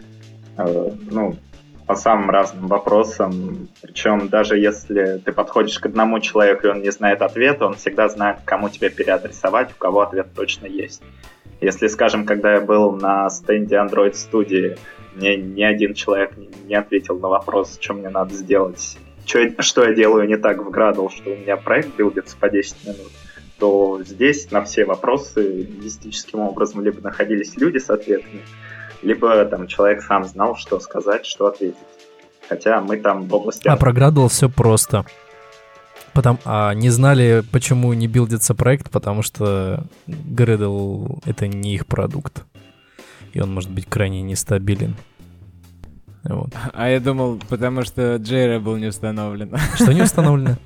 по самым разным вопросам. Причем даже если ты подходишь к одному человеку, и он не знает ответа, он всегда знает, кому тебе переадресовать, у кого ответ точно есть. Если, скажем, когда я был на стенде Android Studio, мне ни один человек не ответил на вопрос, что мне надо сделать, что я делаю не так в Gradle, что у меня проект билдится по 10 минут, то здесь на все вопросы мистическим образом либо находились люди с ответами, либо там человек сам знал, что сказать, что ответить. Хотя мы там в области... А про Gradle все просто. Не знали, почему не билдится проект, потому что Gradle — это не их продукт. И он может быть крайне нестабилен. Вот. А я думал, потому что JRebel не установлен. Что не установлено?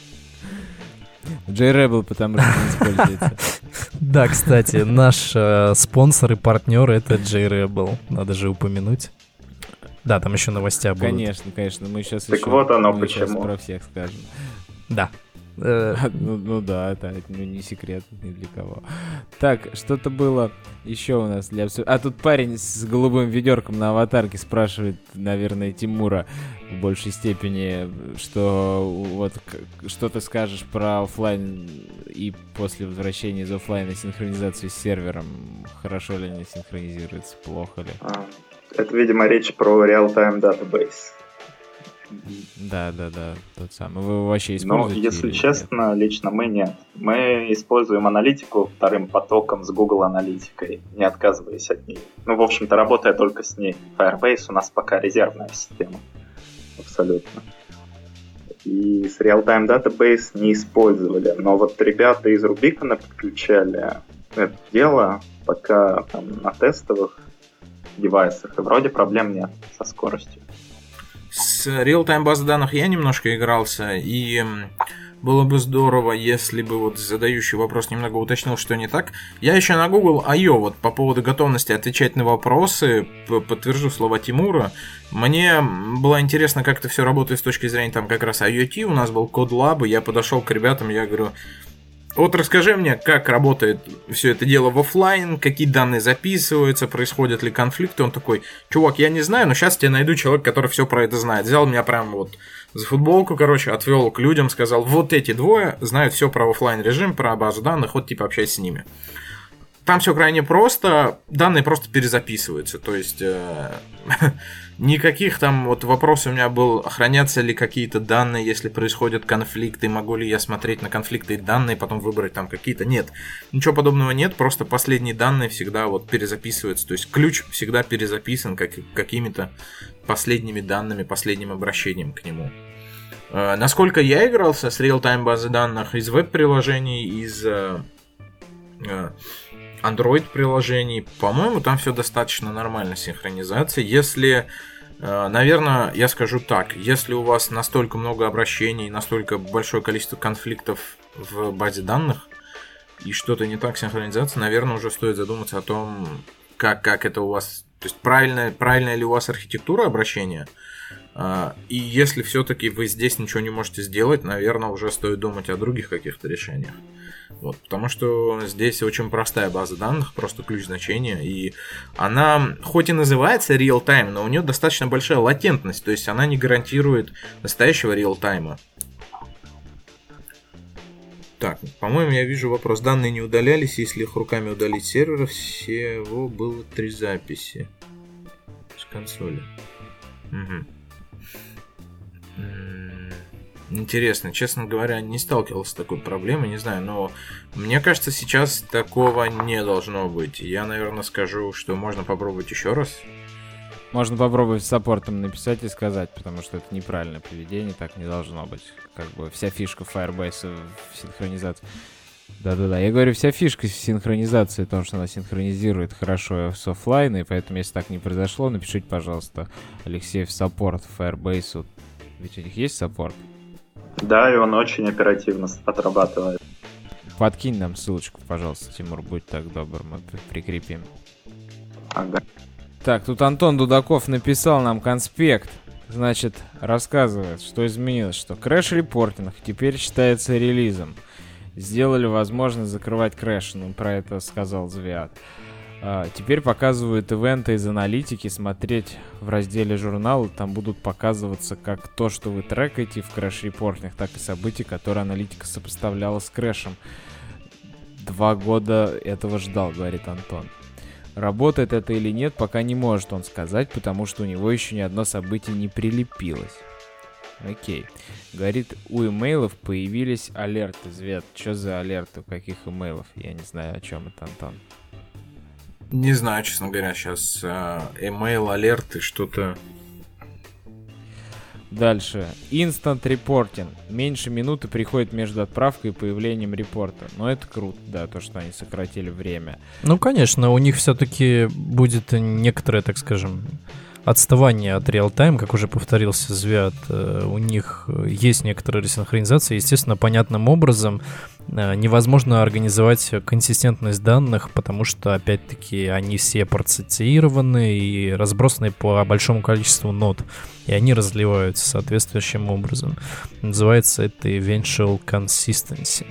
JRebel, потому что не используется. Да, кстати, наш спонсор и партнер — это JRebel. Надо же упомянуть. Да, там еще новостя будут. Конечно, мы сейчас так еще... вот оно мы почему. сейчас про всех скажем. Да. Ну да, это не секрет ни для кого. Так, что-то было еще у нас для обсуждения. А тут парень с голубым ведерком на аватарке спрашивает, наверное, Тимура в большей степени, что вот что ты скажешь про офлайн и после возвращения из офлайна синхронизацию с сервером. Хорошо ли они синхронизируются, плохо ли? Это, видимо, речь про real-time database. Да, тот самый. Вы его вообще используете? Ну, если честно, лично мы нет. Мы используем аналитику вторым потоком с Google аналитикой, не отказываясь от нее. Ну, в общем-то, работая только с ней. Firebase у нас пока резервная система. Абсолютно. И с Real-Time Database не использовали. Но вот ребята из Rubicon подключали это дело пока там на тестовых девайсах. И вроде проблем нет со скоростью. С real-time базой данных я немножко игрался, и было бы здорово, если бы вот задающий вопрос немного уточнил, что не так. Я еще на Google I.O. вот по поводу готовности отвечать на вопросы, подтвержу слова Тимура. Мне было интересно, как это все работает с точки зрения там как раз IoT. У нас был код-лаб, и я подошел к ребятам, я говорю... Вот расскажи мне, как работает все это дело в офлайн, какие данные записываются, происходят ли конфликты. Он такой, чувак, я не знаю, но сейчас тебе найду человека, который все про это знает. Взял меня прям вот за футболку, отвел к людям, сказал, вот эти двое знают все про офлайн режим, про базу данных, вот типа общайся с ними. там все крайне просто, данные просто перезаписываются, то есть никаких там вот вопросов у меня был, хранятся ли какие-то данные, если происходят конфликты, могу ли я смотреть на конфликты и данные, потом выбрать там какие-то, нет, ничего подобного нет, просто последние данные всегда вот перезаписываются, то есть ключ всегда перезаписан какими-то последними данными, последним обращением к нему. Насколько я игрался с реал-тайм базы данных из веб-приложений, из Android-приложений, по-моему, там все достаточно нормально синхронизация. Если, наверное, я скажу так, если у вас настолько много обращений, настолько большое количество конфликтов в базе данных, и что-то не так с синхронизацией, наверное, уже стоит задуматься о том, как это у вас, то есть правильная ли у вас архитектура обращения. И если все-таки вы здесь ничего не можете сделать, наверное, уже стоит думать о других каких-то решениях. Вот, потому что здесь очень простая база данных, просто ключ значения, и она хоть и называется real-time, но у нее достаточно большая латентность, то есть она не гарантирует настоящего real-time. Так, по-моему, я вижу вопрос. Данные не удалялись, если их руками удалить с сервера, всего было 3 записи с консоли. Угу. Интересно, честно говоря, не сталкивался с такой проблемой, не знаю, но мне кажется, сейчас такого не должно быть. Я, наверное, скажу, что можно попробовать еще раз. Можно попробовать с саппортом написать и сказать, потому что это неправильное поведение, так не должно быть. Как бы вся фишка Firebase в синхронизации. Да-да-да, я говорю, вся фишка в синхронизации в том, что она синхронизирует хорошо с оффлайна, и поэтому, если так не произошло, напишите, пожалуйста, Алексей в саппорт Firebase. Ведь у них есть саппорт? Да, и он очень оперативно отрабатывает. Подкинь нам ссылочку, пожалуйста, Тимур, будь так добр, мы прикрепим. Ага. Так, тут Антон Дудаков написал нам конспект. Значит, рассказывает, что изменилось, что крэш-репортинг теперь считается релизом. Сделали возможность закрывать крэш, ну, про это сказал Звиат. Теперь показывают ивенты из аналитики, смотреть в разделе журнала, там будут показываться как то, что вы трекаете в крэш-репортинг, так и события, которые аналитика сопоставляла с крэшем. 2 года этого ждал, говорит Антон. Работает это или нет, пока не может он сказать, потому что у него еще ни одно событие не прилепилось. Окей. Говорит, у имейлов появились алерты. Звет, что за алерты? У каких имейлов? Я не знаю, о чем это, Антон. Не знаю, честно говоря, сейчас email, алерты, что-то... Дальше. Instant reporting. Меньше минуты приходит между отправкой и появлением репорта. Но это круто, да, то, что они сократили время. Ну, конечно, у них все-таки будет некоторое, так скажем, отставание от реал-тайм, как уже повторился Звят. У них есть некоторая ресинхронизация. Естественно, понятным образом невозможно организовать консистентность данных, потому что, опять-таки, они все процессированы и разбросаны по большому количеству нод, и они разливаются соответствующим образом. Называется это eventual consistency.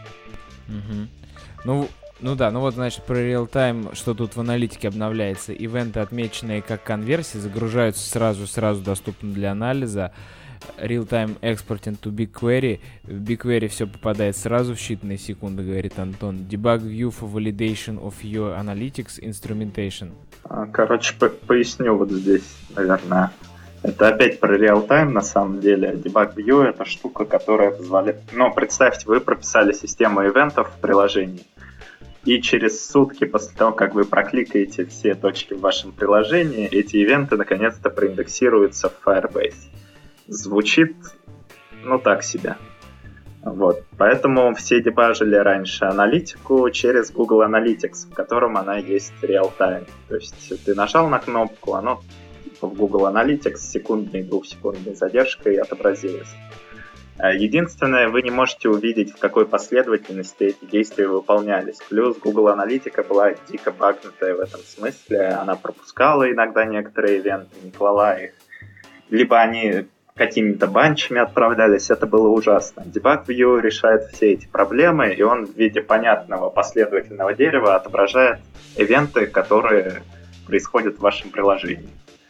Угу. Ну да, ну вот, значит, про real-time, что тут в аналитике обновляется. Ивенты, отмеченные как конверсии, загружаются сразу доступны для анализа. Real-time exporting to BigQuery. В BigQuery все попадает сразу в считанные секунды, говорит Антон. Debug view for validation of your analytics instrumentation. Короче, поясню вот здесь, наверное. Это опять про real-time на самом деле. Debug view — это штука, которая позволяет... Ну, представьте, вы прописали систему ивентов в приложении, и через сутки после того, как вы прокликаете все точки в вашем приложении, эти ивенты наконец-то проиндексируются в Firebase. Звучит, ну, так себе. Вот. Поэтому все дебажили раньше аналитику через Google Analytics, в котором она есть real-time. То есть ты нажал на кнопку, оно в Google Analytics с секундной, 2-секундной задержкой отобразилось. Единственное, вы не можете увидеть, в какой последовательности эти действия выполнялись. Плюс Google Аналитика была дико багнутая в этом смысле. Она пропускала иногда некоторые ивенты, не клала их. Либо они какими-то банчами отправлялись. Это было ужасно. Debug View решает все эти проблемы, и он в виде понятного последовательного дерева отображает ивенты, которые происходят в вашем приложении.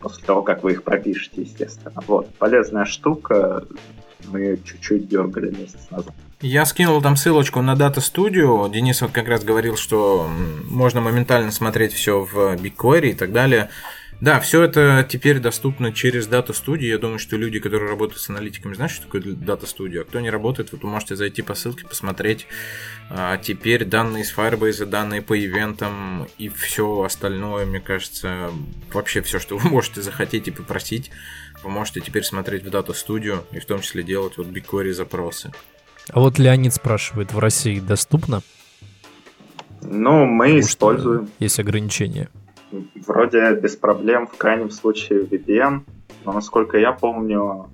после того, как вы их пропишете, естественно. Вот, полезная штука, мы ее чуть-чуть дергали месяц назад. Я скинул там ссылочку на Data Studio. Денис вот как раз говорил, что можно моментально смотреть все в BigQuery и так далее. Да, все это теперь доступно через Data Studio. Я думаю, что люди, которые работают с аналитиками, знают, что такое Data Studio. А кто не работает, вот вы можете зайти по ссылке, посмотреть. Теперь данные из Firebase, данные по ивентам и все остальное, мне кажется, вообще все, что вы можете захотеть и попросить, вы можете теперь смотреть в Data Studio и в том числе делать вот BigQuery запросы. А вот Леонид спрашивает, в России доступно? Ну, мы Потому используем. Есть ограничения. Вроде без проблем, в крайнем случае VPN, но насколько я помню,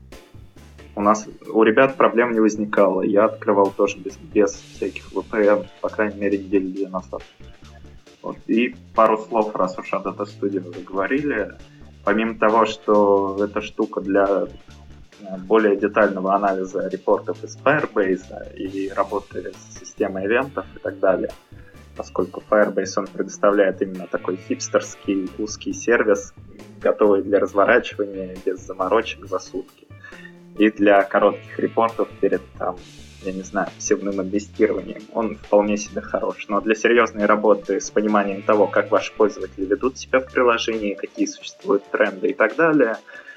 у ребят проблем не возникало. Я открывал тоже без всяких VPN, по крайней мере, недели 2 назад. Вот. И пару слов, раз уж о Data Studio заговорили. Помимо того, что эта штука для более детального анализа репортов из Firebase и работы с системой ивентов и так далее, поскольку Firebase, он предоставляет именно такой хипстерский узкий сервис, готовый для разворачивания без заморочек за сутки. И для коротких репортов перед, я не знаю, пассивным инвестированием он вполне себе хорош. Но для серьезной работы с пониманием того, как ваши пользователи ведут себя в приложении, какие существуют тренды и так далее,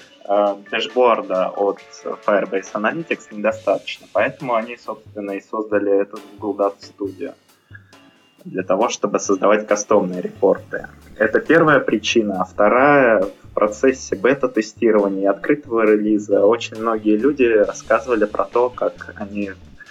дэшборда от Firebase Analytics недостаточно. Поэтому они, собственно, и создали этот Google Data Studio для того, чтобы создавать кастомные репорты. Это первая причина. А вторая, в процессе бета-тестирования и открытого релиза очень многие люди рассказывали про то, как они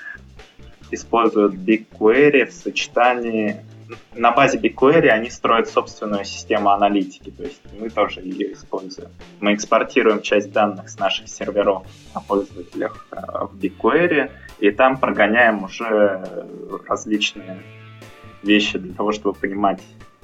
используют BigQuery в сочетании... На базе BigQuery они строят собственную систему аналитики, то есть мы тоже ее используем. Мы экспортируем часть данных с наших серверов о пользователях в BigQuery, и там прогоняем уже различные вещи для того, чтобы понимать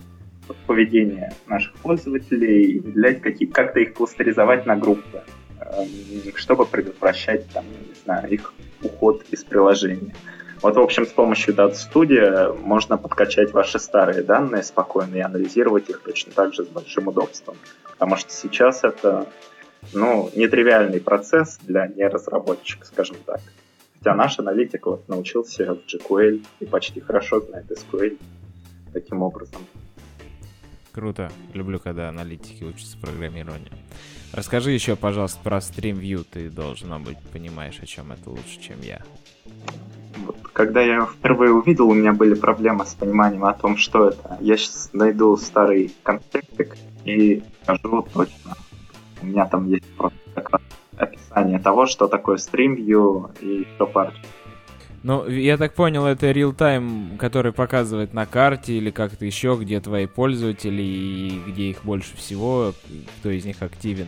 поведение наших пользователей и выделять как-то их кластеризовать на группы, чтобы предотвращать, не знаю, их уход из приложения. Вот, в общем, с помощью Data Studio можно подкачать ваши старые данные спокойно и анализировать их точно так же с большим удобством. Потому что сейчас это, нетривиальный процесс для неразработчика, скажем так. Хотя наш аналитик научился в GQL и почти хорошо знает SQL таким образом. Круто. Люблю, когда аналитики учатся программированию. Расскажи еще, пожалуйста, про StreamView. Ты, должно быть, понимаешь, о чем это лучше, чем я. Вот, когда я его впервые увидел, у меня были проблемы с пониманием о том, что это. Я сейчас найду старый конспектик и скажу точно. У меня там есть просто как раз описание того, что такое StreamView и что парч. Ну, я так понял, это реал-тайм, который показывает на карте или как-то еще, где твои пользователи и где их больше всего, кто из них активен.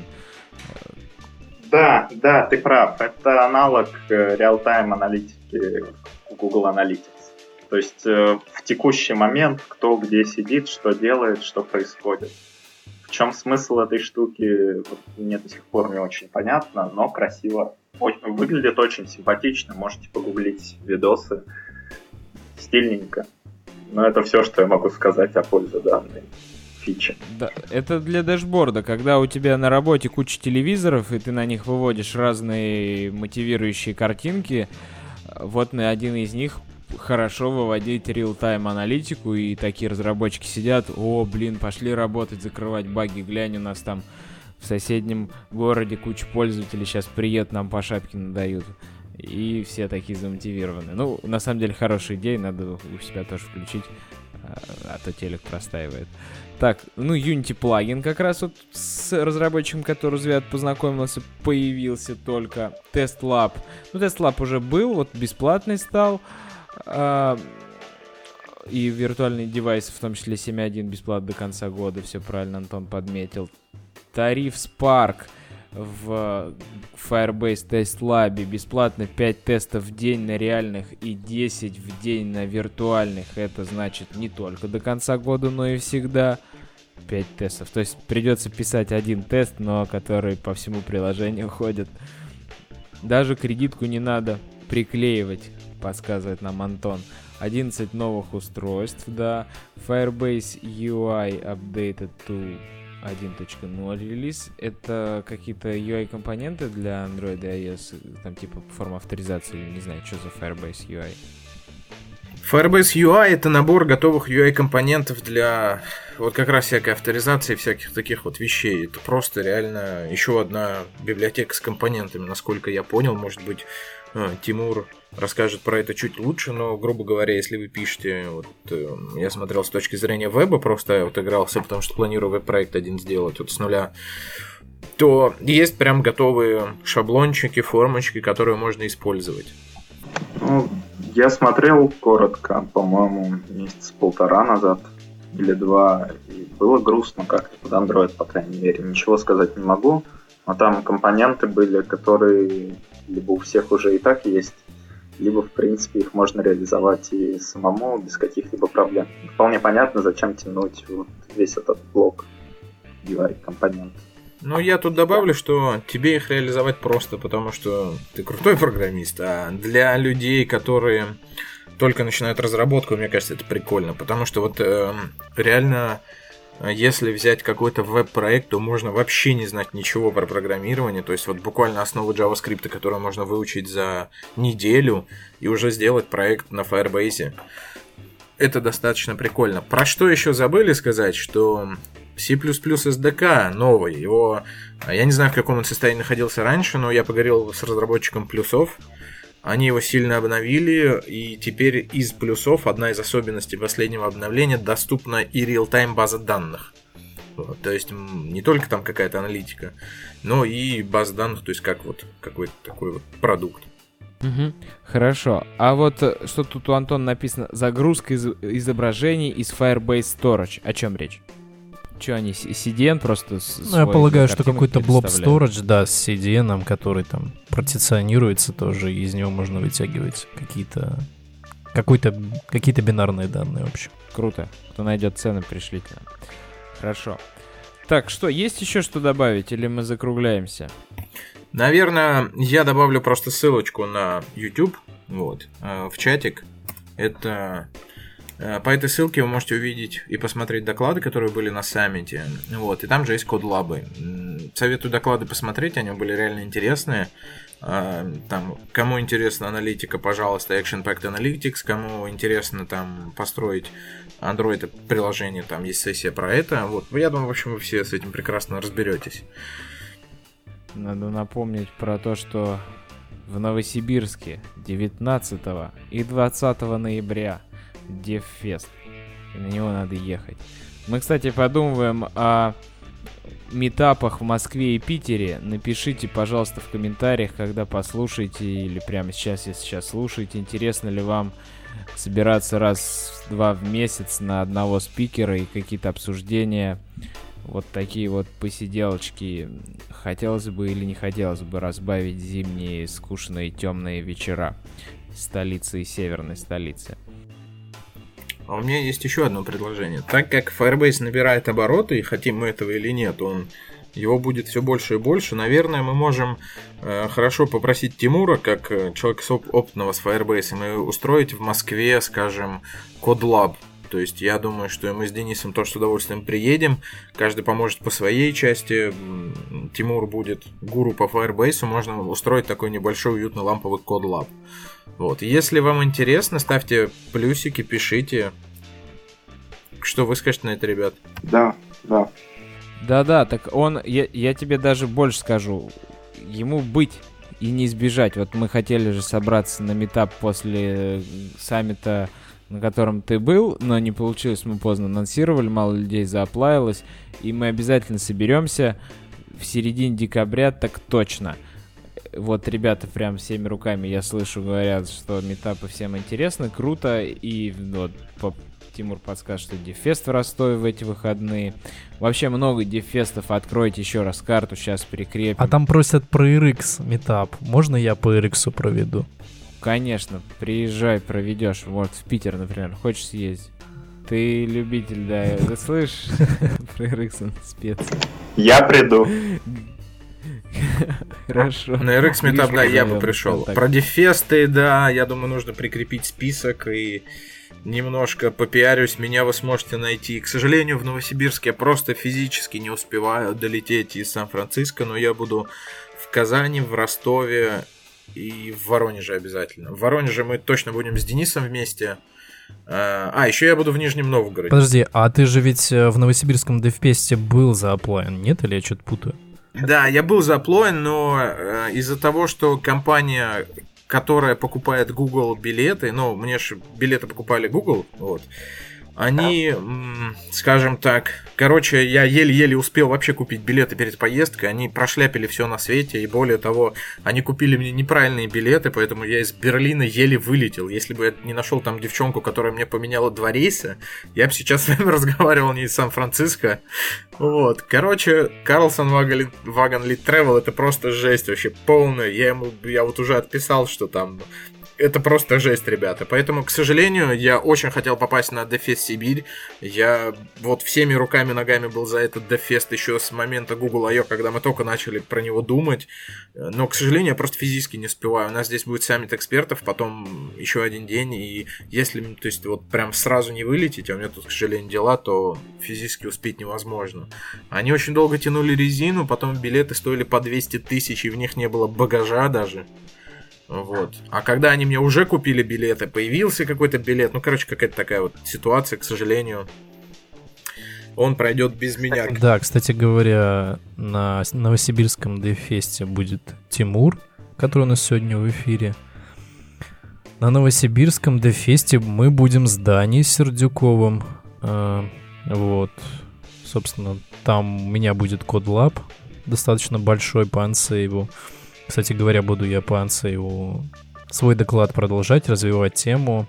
Да, ты прав. Это аналог реал-тайм аналитики Google Analytics. То есть в текущий момент кто где сидит, что делает, что происходит. В чем смысл этой штуки, мне до сих пор не очень понятно, но красиво. Выглядит очень симпатично, можете погуглить видосы. Стильненько. Но это все, что я могу сказать о пользе данной фичи. Да, это для дэшборда, когда у тебя на работе куча телевизоров, и ты на них выводишь разные мотивирующие картинки. Вот на один из них хорошо выводить реал-тайм аналитику, и такие разработчики сидят: пошли работать, закрывать баги, глянь, у нас там в соседнем городе куча пользователей, сейчас приедут, нам по шапке надают. И все такие замотивированы. Ну, на самом деле, хорошая идея, надо у себя тоже включить, а то телек простаивает. Так, Unity плагин как раз вот с разработчиком, который Звят познакомился, появился только. TestLab. TestLab уже был, вот бесплатный стал. И виртуальные девайсы, в том числе 7.1, бесплатно до конца года. Все правильно Антон подметил. Тариф Spark в Firebase TestLab бесплатно 5 тестов в день на реальных и 10 в день на виртуальных. Это значит не только до конца года, но и всегда 5 тестов. То есть придется писать один тест, но который по всему приложению ходит. Даже кредитку не надо приклеивать, подсказывает нам Антон. 11 новых устройств, да. Firebase UI updated to 1.0 релиз. Это какие-то UI-компоненты для Android и iOS, там типа форма авторизации, или не знаю, что за Firebase UI. Firebase UI — это набор готовых UI-компонентов для вот как раз всякой авторизации, всяких таких вот вещей. Это просто реально еще одна библиотека с компонентами, насколько я понял. Может быть, Тимур расскажет про это чуть лучше, но, грубо говоря, если вы пишете, вот, я смотрел с точки зрения веба, просто вот игрался, потому что планирую веб-проект один сделать вот с нуля, то есть прям готовые шаблончики, формочки, которые можно использовать. Ну, я смотрел коротко, по-моему, месяца полтора назад или два, и было грустно как-то под Android, по крайней мере. Ничего сказать не могу, но там компоненты были, которые либо у всех уже и так есть, либо, в принципе, их можно реализовать и самому без каких-либо проблем. Вполне понятно, зачем тянуть вот весь этот блок UI-компонентов. Ну, я тут добавлю, что тебе их реализовать просто, потому что ты крутой программист, а для людей, которые только начинают разработку, мне кажется, это прикольно, потому что вот реально, если взять какой-то веб-проект, то можно вообще не знать ничего про программирование, то есть вот буквально основу JavaScript, которую можно выучить за неделю и уже сделать проект на Firebase. Это достаточно прикольно. Про что еще забыли сказать, что C++ SDK новый, его, я не знаю, в каком он состоянии находился раньше, но я поговорил с разработчиком плюсов, они его сильно обновили, и теперь из плюсов одна из особенностей последнего обновления — доступна и реал-тайм база данных. Вот, то есть не только там какая-то аналитика, но и база данных, то есть как вот какой-то такой вот продукт. Угу. Хорошо. А вот что тут у Антона написано: загрузка изображений из Firebase Storage. О чем речь? Что они, CDN просто я полагаю, что какой-то blob storage, да, с CDN, который там партиционируется тоже, и из него можно вытягивать какие-то бинарные данные, в общем. Круто. Кто найдет цены, пришлите нам. Хорошо. Так, что, есть еще что добавить, или мы закругляемся? Наверное, я добавлю просто ссылочку на YouTube, вот, в чатик. Это... По этой ссылке вы можете увидеть и посмотреть доклады, которые были на саммите. Вот, и там же есть код-лабы. Советую доклады посмотреть, они были реально интересные. Там, кому интересна аналитика, пожалуйста, Action Packed Analytics. Кому интересно там построить Android приложение, там есть сессия про это. Вот, я думаю, в общем, вы все с этим прекрасно разберетесь. Надо напомнить про то, что в Новосибирске 19 и 20 ноября DevFest. И на него надо ехать. Мы, кстати, подумываем о митапах в Москве и Питере. Напишите, пожалуйста, в комментариях, когда послушаете, или прямо сейчас, если сейчас слушаете, интересно ли вам собираться раз-два в месяц на одного спикера и какие-то обсуждения. Вот такие вот посиделочки. Хотелось бы или не хотелось бы разбавить зимние скучные темные вечера столицы и северной столицы. А у меня есть еще одно предложение. Так как Firebase набирает обороты, и хотим мы этого или нет, его будет все больше и больше, наверное, мы можем хорошо попросить Тимура, как человека опытного с Firebase, и устроить в Москве, скажем, CodeLab. То есть я думаю, что мы с Денисом тоже с удовольствием приедем, каждый поможет по своей части, Тимур будет гуру по Firebase, можно устроить такой небольшой уютный ламповый CodeLab. Вот. Если вам интересно, ставьте плюсики, пишите. Что вы скажете на это, ребят? Да. Да, так я тебе даже больше скажу, ему быть и не избежать. Вот мы хотели же собраться на митап после саммита, на котором ты был, но не получилось, мы поздно анонсировали, мало людей зааплавилось, и мы обязательно соберемся в середине декабря, так точно. Вот ребята прям всеми руками, я слышу, говорят, что митапы всем интересны, круто, и вот Тимур подскажет, что DevFest в Ростове в эти выходные. Вообще много DevFest'ов, откройте еще раз карту, сейчас прикрепим. А там просят про RX митап, можно я по RX проведу? Конечно, приезжай, проведешь, вот в Питер, например, хочешь съездить? Ты любитель, да, ты слышишь? Про RX он спец. Я приду. Хорошо. На RX Meetup, да, я бы пришел. Так. Про дефесты, да, я думаю, нужно прикрепить список и немножко попиарюсь. Меня вы сможете найти. К сожалению, в Новосибирске я просто физически не успеваю долететь из Сан-Франциско, но я буду в Казани, в Ростове и в Воронеже обязательно. В Воронеже мы точно будем с Денисом вместе. Еще я буду в Нижнем Новгороде. Подожди, а ты же ведь в Новосибирском DevFest был заоплайн, нет? Или я что-то путаю? Да, я был заплоен, но из-за того, что компания, которая покупает Google билеты, ну, мне же билеты покупали Google, вот, они, скажем так, короче, я еле-еле успел вообще купить билеты перед поездкой, они прошляпили все на свете, и более того, они купили мне неправильные билеты, поэтому я из Берлина еле вылетел. Если бы я не нашел там девчонку, которая мне поменяла 2 рейса, я бы сейчас с вами разговаривал не из Сан-Франциско. Вот, короче, Карлсон Wagon Lead Travel — это просто жесть вообще полная. Я вот уже отписал, что там... Это просто жесть, ребята. Поэтому, к сожалению, я очень хотел попасть на DevFest Сибирь. Я вот всеми руками, ногами был за этот DevFest еще с момента Google I.O., когда мы только начали про него думать. Но, к сожалению, я просто физически не успеваю. У нас здесь будет саммит экспертов, потом еще один день. И если, то есть, вот прям сразу не вылететь, а у меня тут, к сожалению, дела, то физически успеть невозможно. Они очень долго тянули резину, потом билеты стоили по 200 тысяч, и в них не было багажа даже. Вот. А когда они мне уже купили билеты, появился какой-то билет, ну, короче, какая-то такая вот ситуация, к сожалению, он пройдет без меня. Да, кстати говоря, на Новосибирском DevFest будет Тимур, который у нас сегодня в эфире. На Новосибирском DevFest мы будем с Даней Сердюковым. Вот. Собственно, там у меня будет CodeLab, достаточно большой по Ансейву. Кстати говоря, буду я по Ансейву свой доклад продолжать, развивать тему.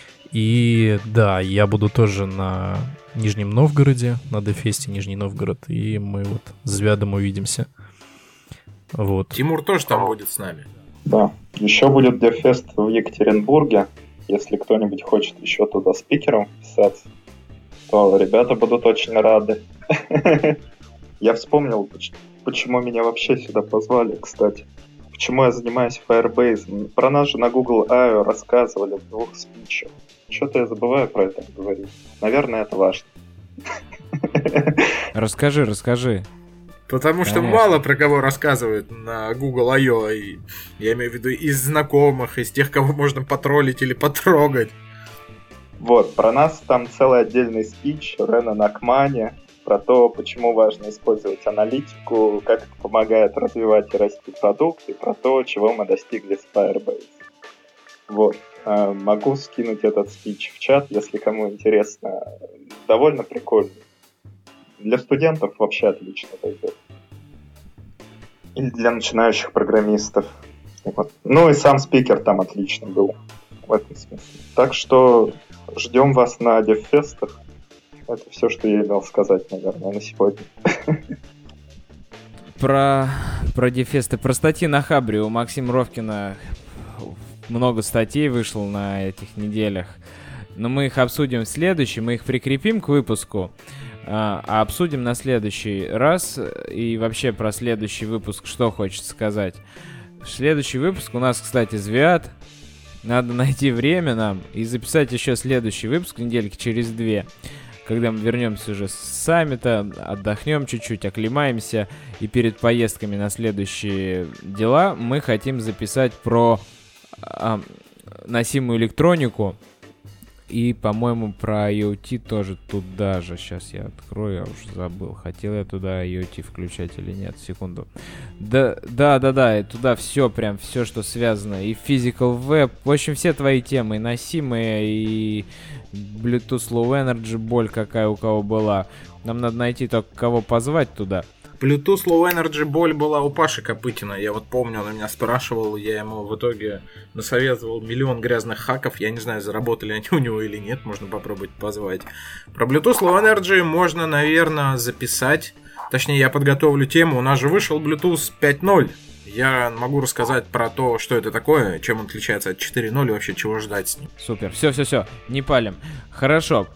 И да, я буду тоже на Нижнем Новгороде, на DevFest Нижний Новгород, и мы вот с Вядом увидимся. Вот. Тимур тоже там будет с нами. Да, еще будет DevFest в Екатеринбурге. Если кто-нибудь хочет еще туда спикером вписаться, то ребята будут очень рады. Я вспомнил, почему меня вообще сюда позвали, кстати. Почему я занимаюсь Firebase. Про нас же на Google I.O. рассказывали в 2 спичах. Что-то я забываю про это говорить. Наверное, это важно. Расскажи. Потому что Конечно. мало про кого рассказывают на Google I.O. И я имею в виду из знакомых, из тех, кого можно потроллить или потрогать. Вот, про нас там целый отдельный спич Рена Накмани, про то, почему важно использовать аналитику, как это помогает развивать и расти продукт, и про то, чего мы достигли с Firebase. Вот. Могу скинуть этот спич в чат, если кому интересно. Довольно прикольно. Для студентов вообще отлично пойдет. Или для начинающих программистов. Вот. Ну и сам спикер там отлично был. В этом смысле. Так что ждем вас на DevFest'ах. Это все, что я имел сказать, наверное, на сегодня. Про DevFest, про статьи на Хабре. У Максима Ровкина много статей вышло на этих неделях. Но мы их обсудим в следующем. Мы их прикрепим к выпуску. А обсудим на следующий раз. И вообще про следующий выпуск что хочется сказать. Следующий выпуск у нас, кстати, Звят. Надо найти время нам и записать еще следующий выпуск недельки через 2. Когда мы вернемся уже с саммита, отдохнем чуть-чуть, оклемаемся, и перед поездками на следующие дела мы хотим записать про носимую электронику и, по-моему, про IoT тоже туда же. Сейчас я открою, я уже забыл. Хотел я туда IoT включать или нет, секунду. Да, и туда все, прям все, что связано. И Physical Web, в общем, все твои темы, и носимые, и Bluetooth Low Energy, боль какая у кого была. Нам надо найти только кого позвать туда. Bluetooth Low Energy боль была у Паши Копытина. Я вот помню, он меня спрашивал, я ему в итоге насоветовал миллион грязных хаков. Я не знаю, заработали они у него или нет, можно попробовать позвать. Про Bluetooth Low Energy можно, наверное, записать. Точнее, я подготовлю тему. У нас же вышел Bluetooth 5.0. Я могу рассказать про то, что это такое, чем он отличается от 4.0 и вообще чего ждать с ним. Супер, все, не палим. Хорошо.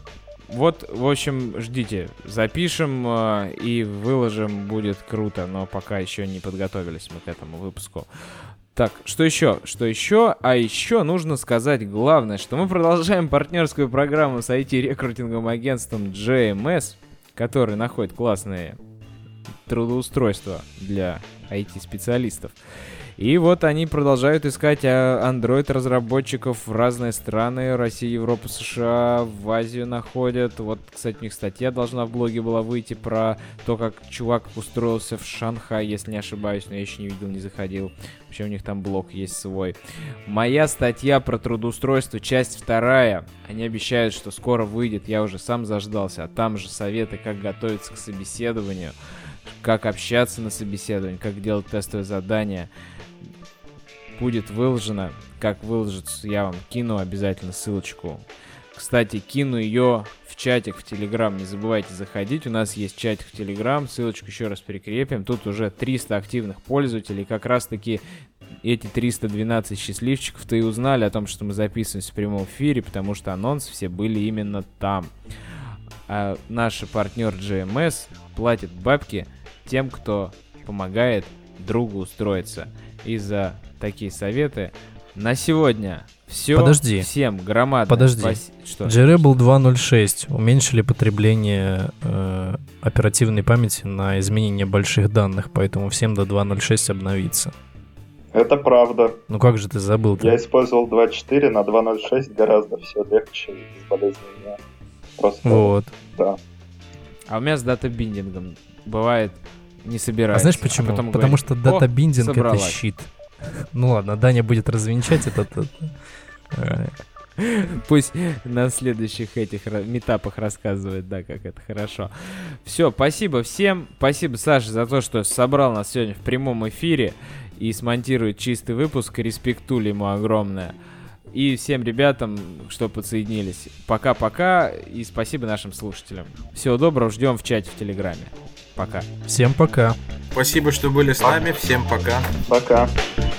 Вот, в общем, ждите. Запишем и выложим, будет круто, но пока еще не подготовились мы к этому выпуску. Так, что еще? А еще нужно сказать главное, что мы продолжаем партнерскую программу с IT-рекрутинговым агентством JMS, который находит классные трудоустройства для IT-специалистов. И вот они продолжают искать Android-разработчиков в разные страны, Россия, Европа, США, в Азию находят. Вот, кстати, у них статья должна в блоге была выйти про то, как чувак устроился в Шанхай, если не ошибаюсь, но я еще не видел, не заходил. Вообще у них там блог есть свой. Моя статья про трудоустройство, часть 2. Они обещают, что скоро выйдет, я уже сам заждался. А там же советы, как готовиться к собеседованию, как общаться на собеседовании, как делать тестовые задания. Будет выложено. Как выложится, я вам кину обязательно ссылочку. Кстати, кину ее в чатик в Telegram. Не забывайте заходить. У нас есть чатик в Telegram. Ссылочку еще раз прикрепим. Тут уже 300 активных пользователей. Как раз таки эти 312 счастливчиков-то и узнали о том, что мы записываемся в прямом эфире, потому что анонсы все были именно там. А наш партнер GMS платит бабки тем, кто помогает другу устроиться. И за такие советы на сегодня все. Подожди. Всем громадное Подожди. Что? JRebel 2.0.6 уменьшили потребление оперативной памяти на изменение больших данных, поэтому всем до 2.0.6 обновиться. Это правда. Ну как же ты забыл-то? Я использовал 2.4, на 2.0.6 гораздо все легче и безболезненнее. Просто, Вот. да. А у меня с датабиндингом бывает не собирается. А знаешь почему? Потом Потому говорит: что датабиндинг это собралась. щит. Ну ладно, Даня будет развенчать этот. Пусть на следующих этих митапах рассказывает, да, как это хорошо. Все, спасибо всем. Спасибо, Саше, за то, что собрал нас сегодня в прямом эфире и смонтирует чистый выпуск. Респектули ему огромное. И всем ребятам, что подсоединились. Пока-пока и спасибо нашим слушателям. Всего доброго, ждем в чате в Телеграме. Пока. Всем пока. Спасибо, что были с нами. Всем пока. Пока.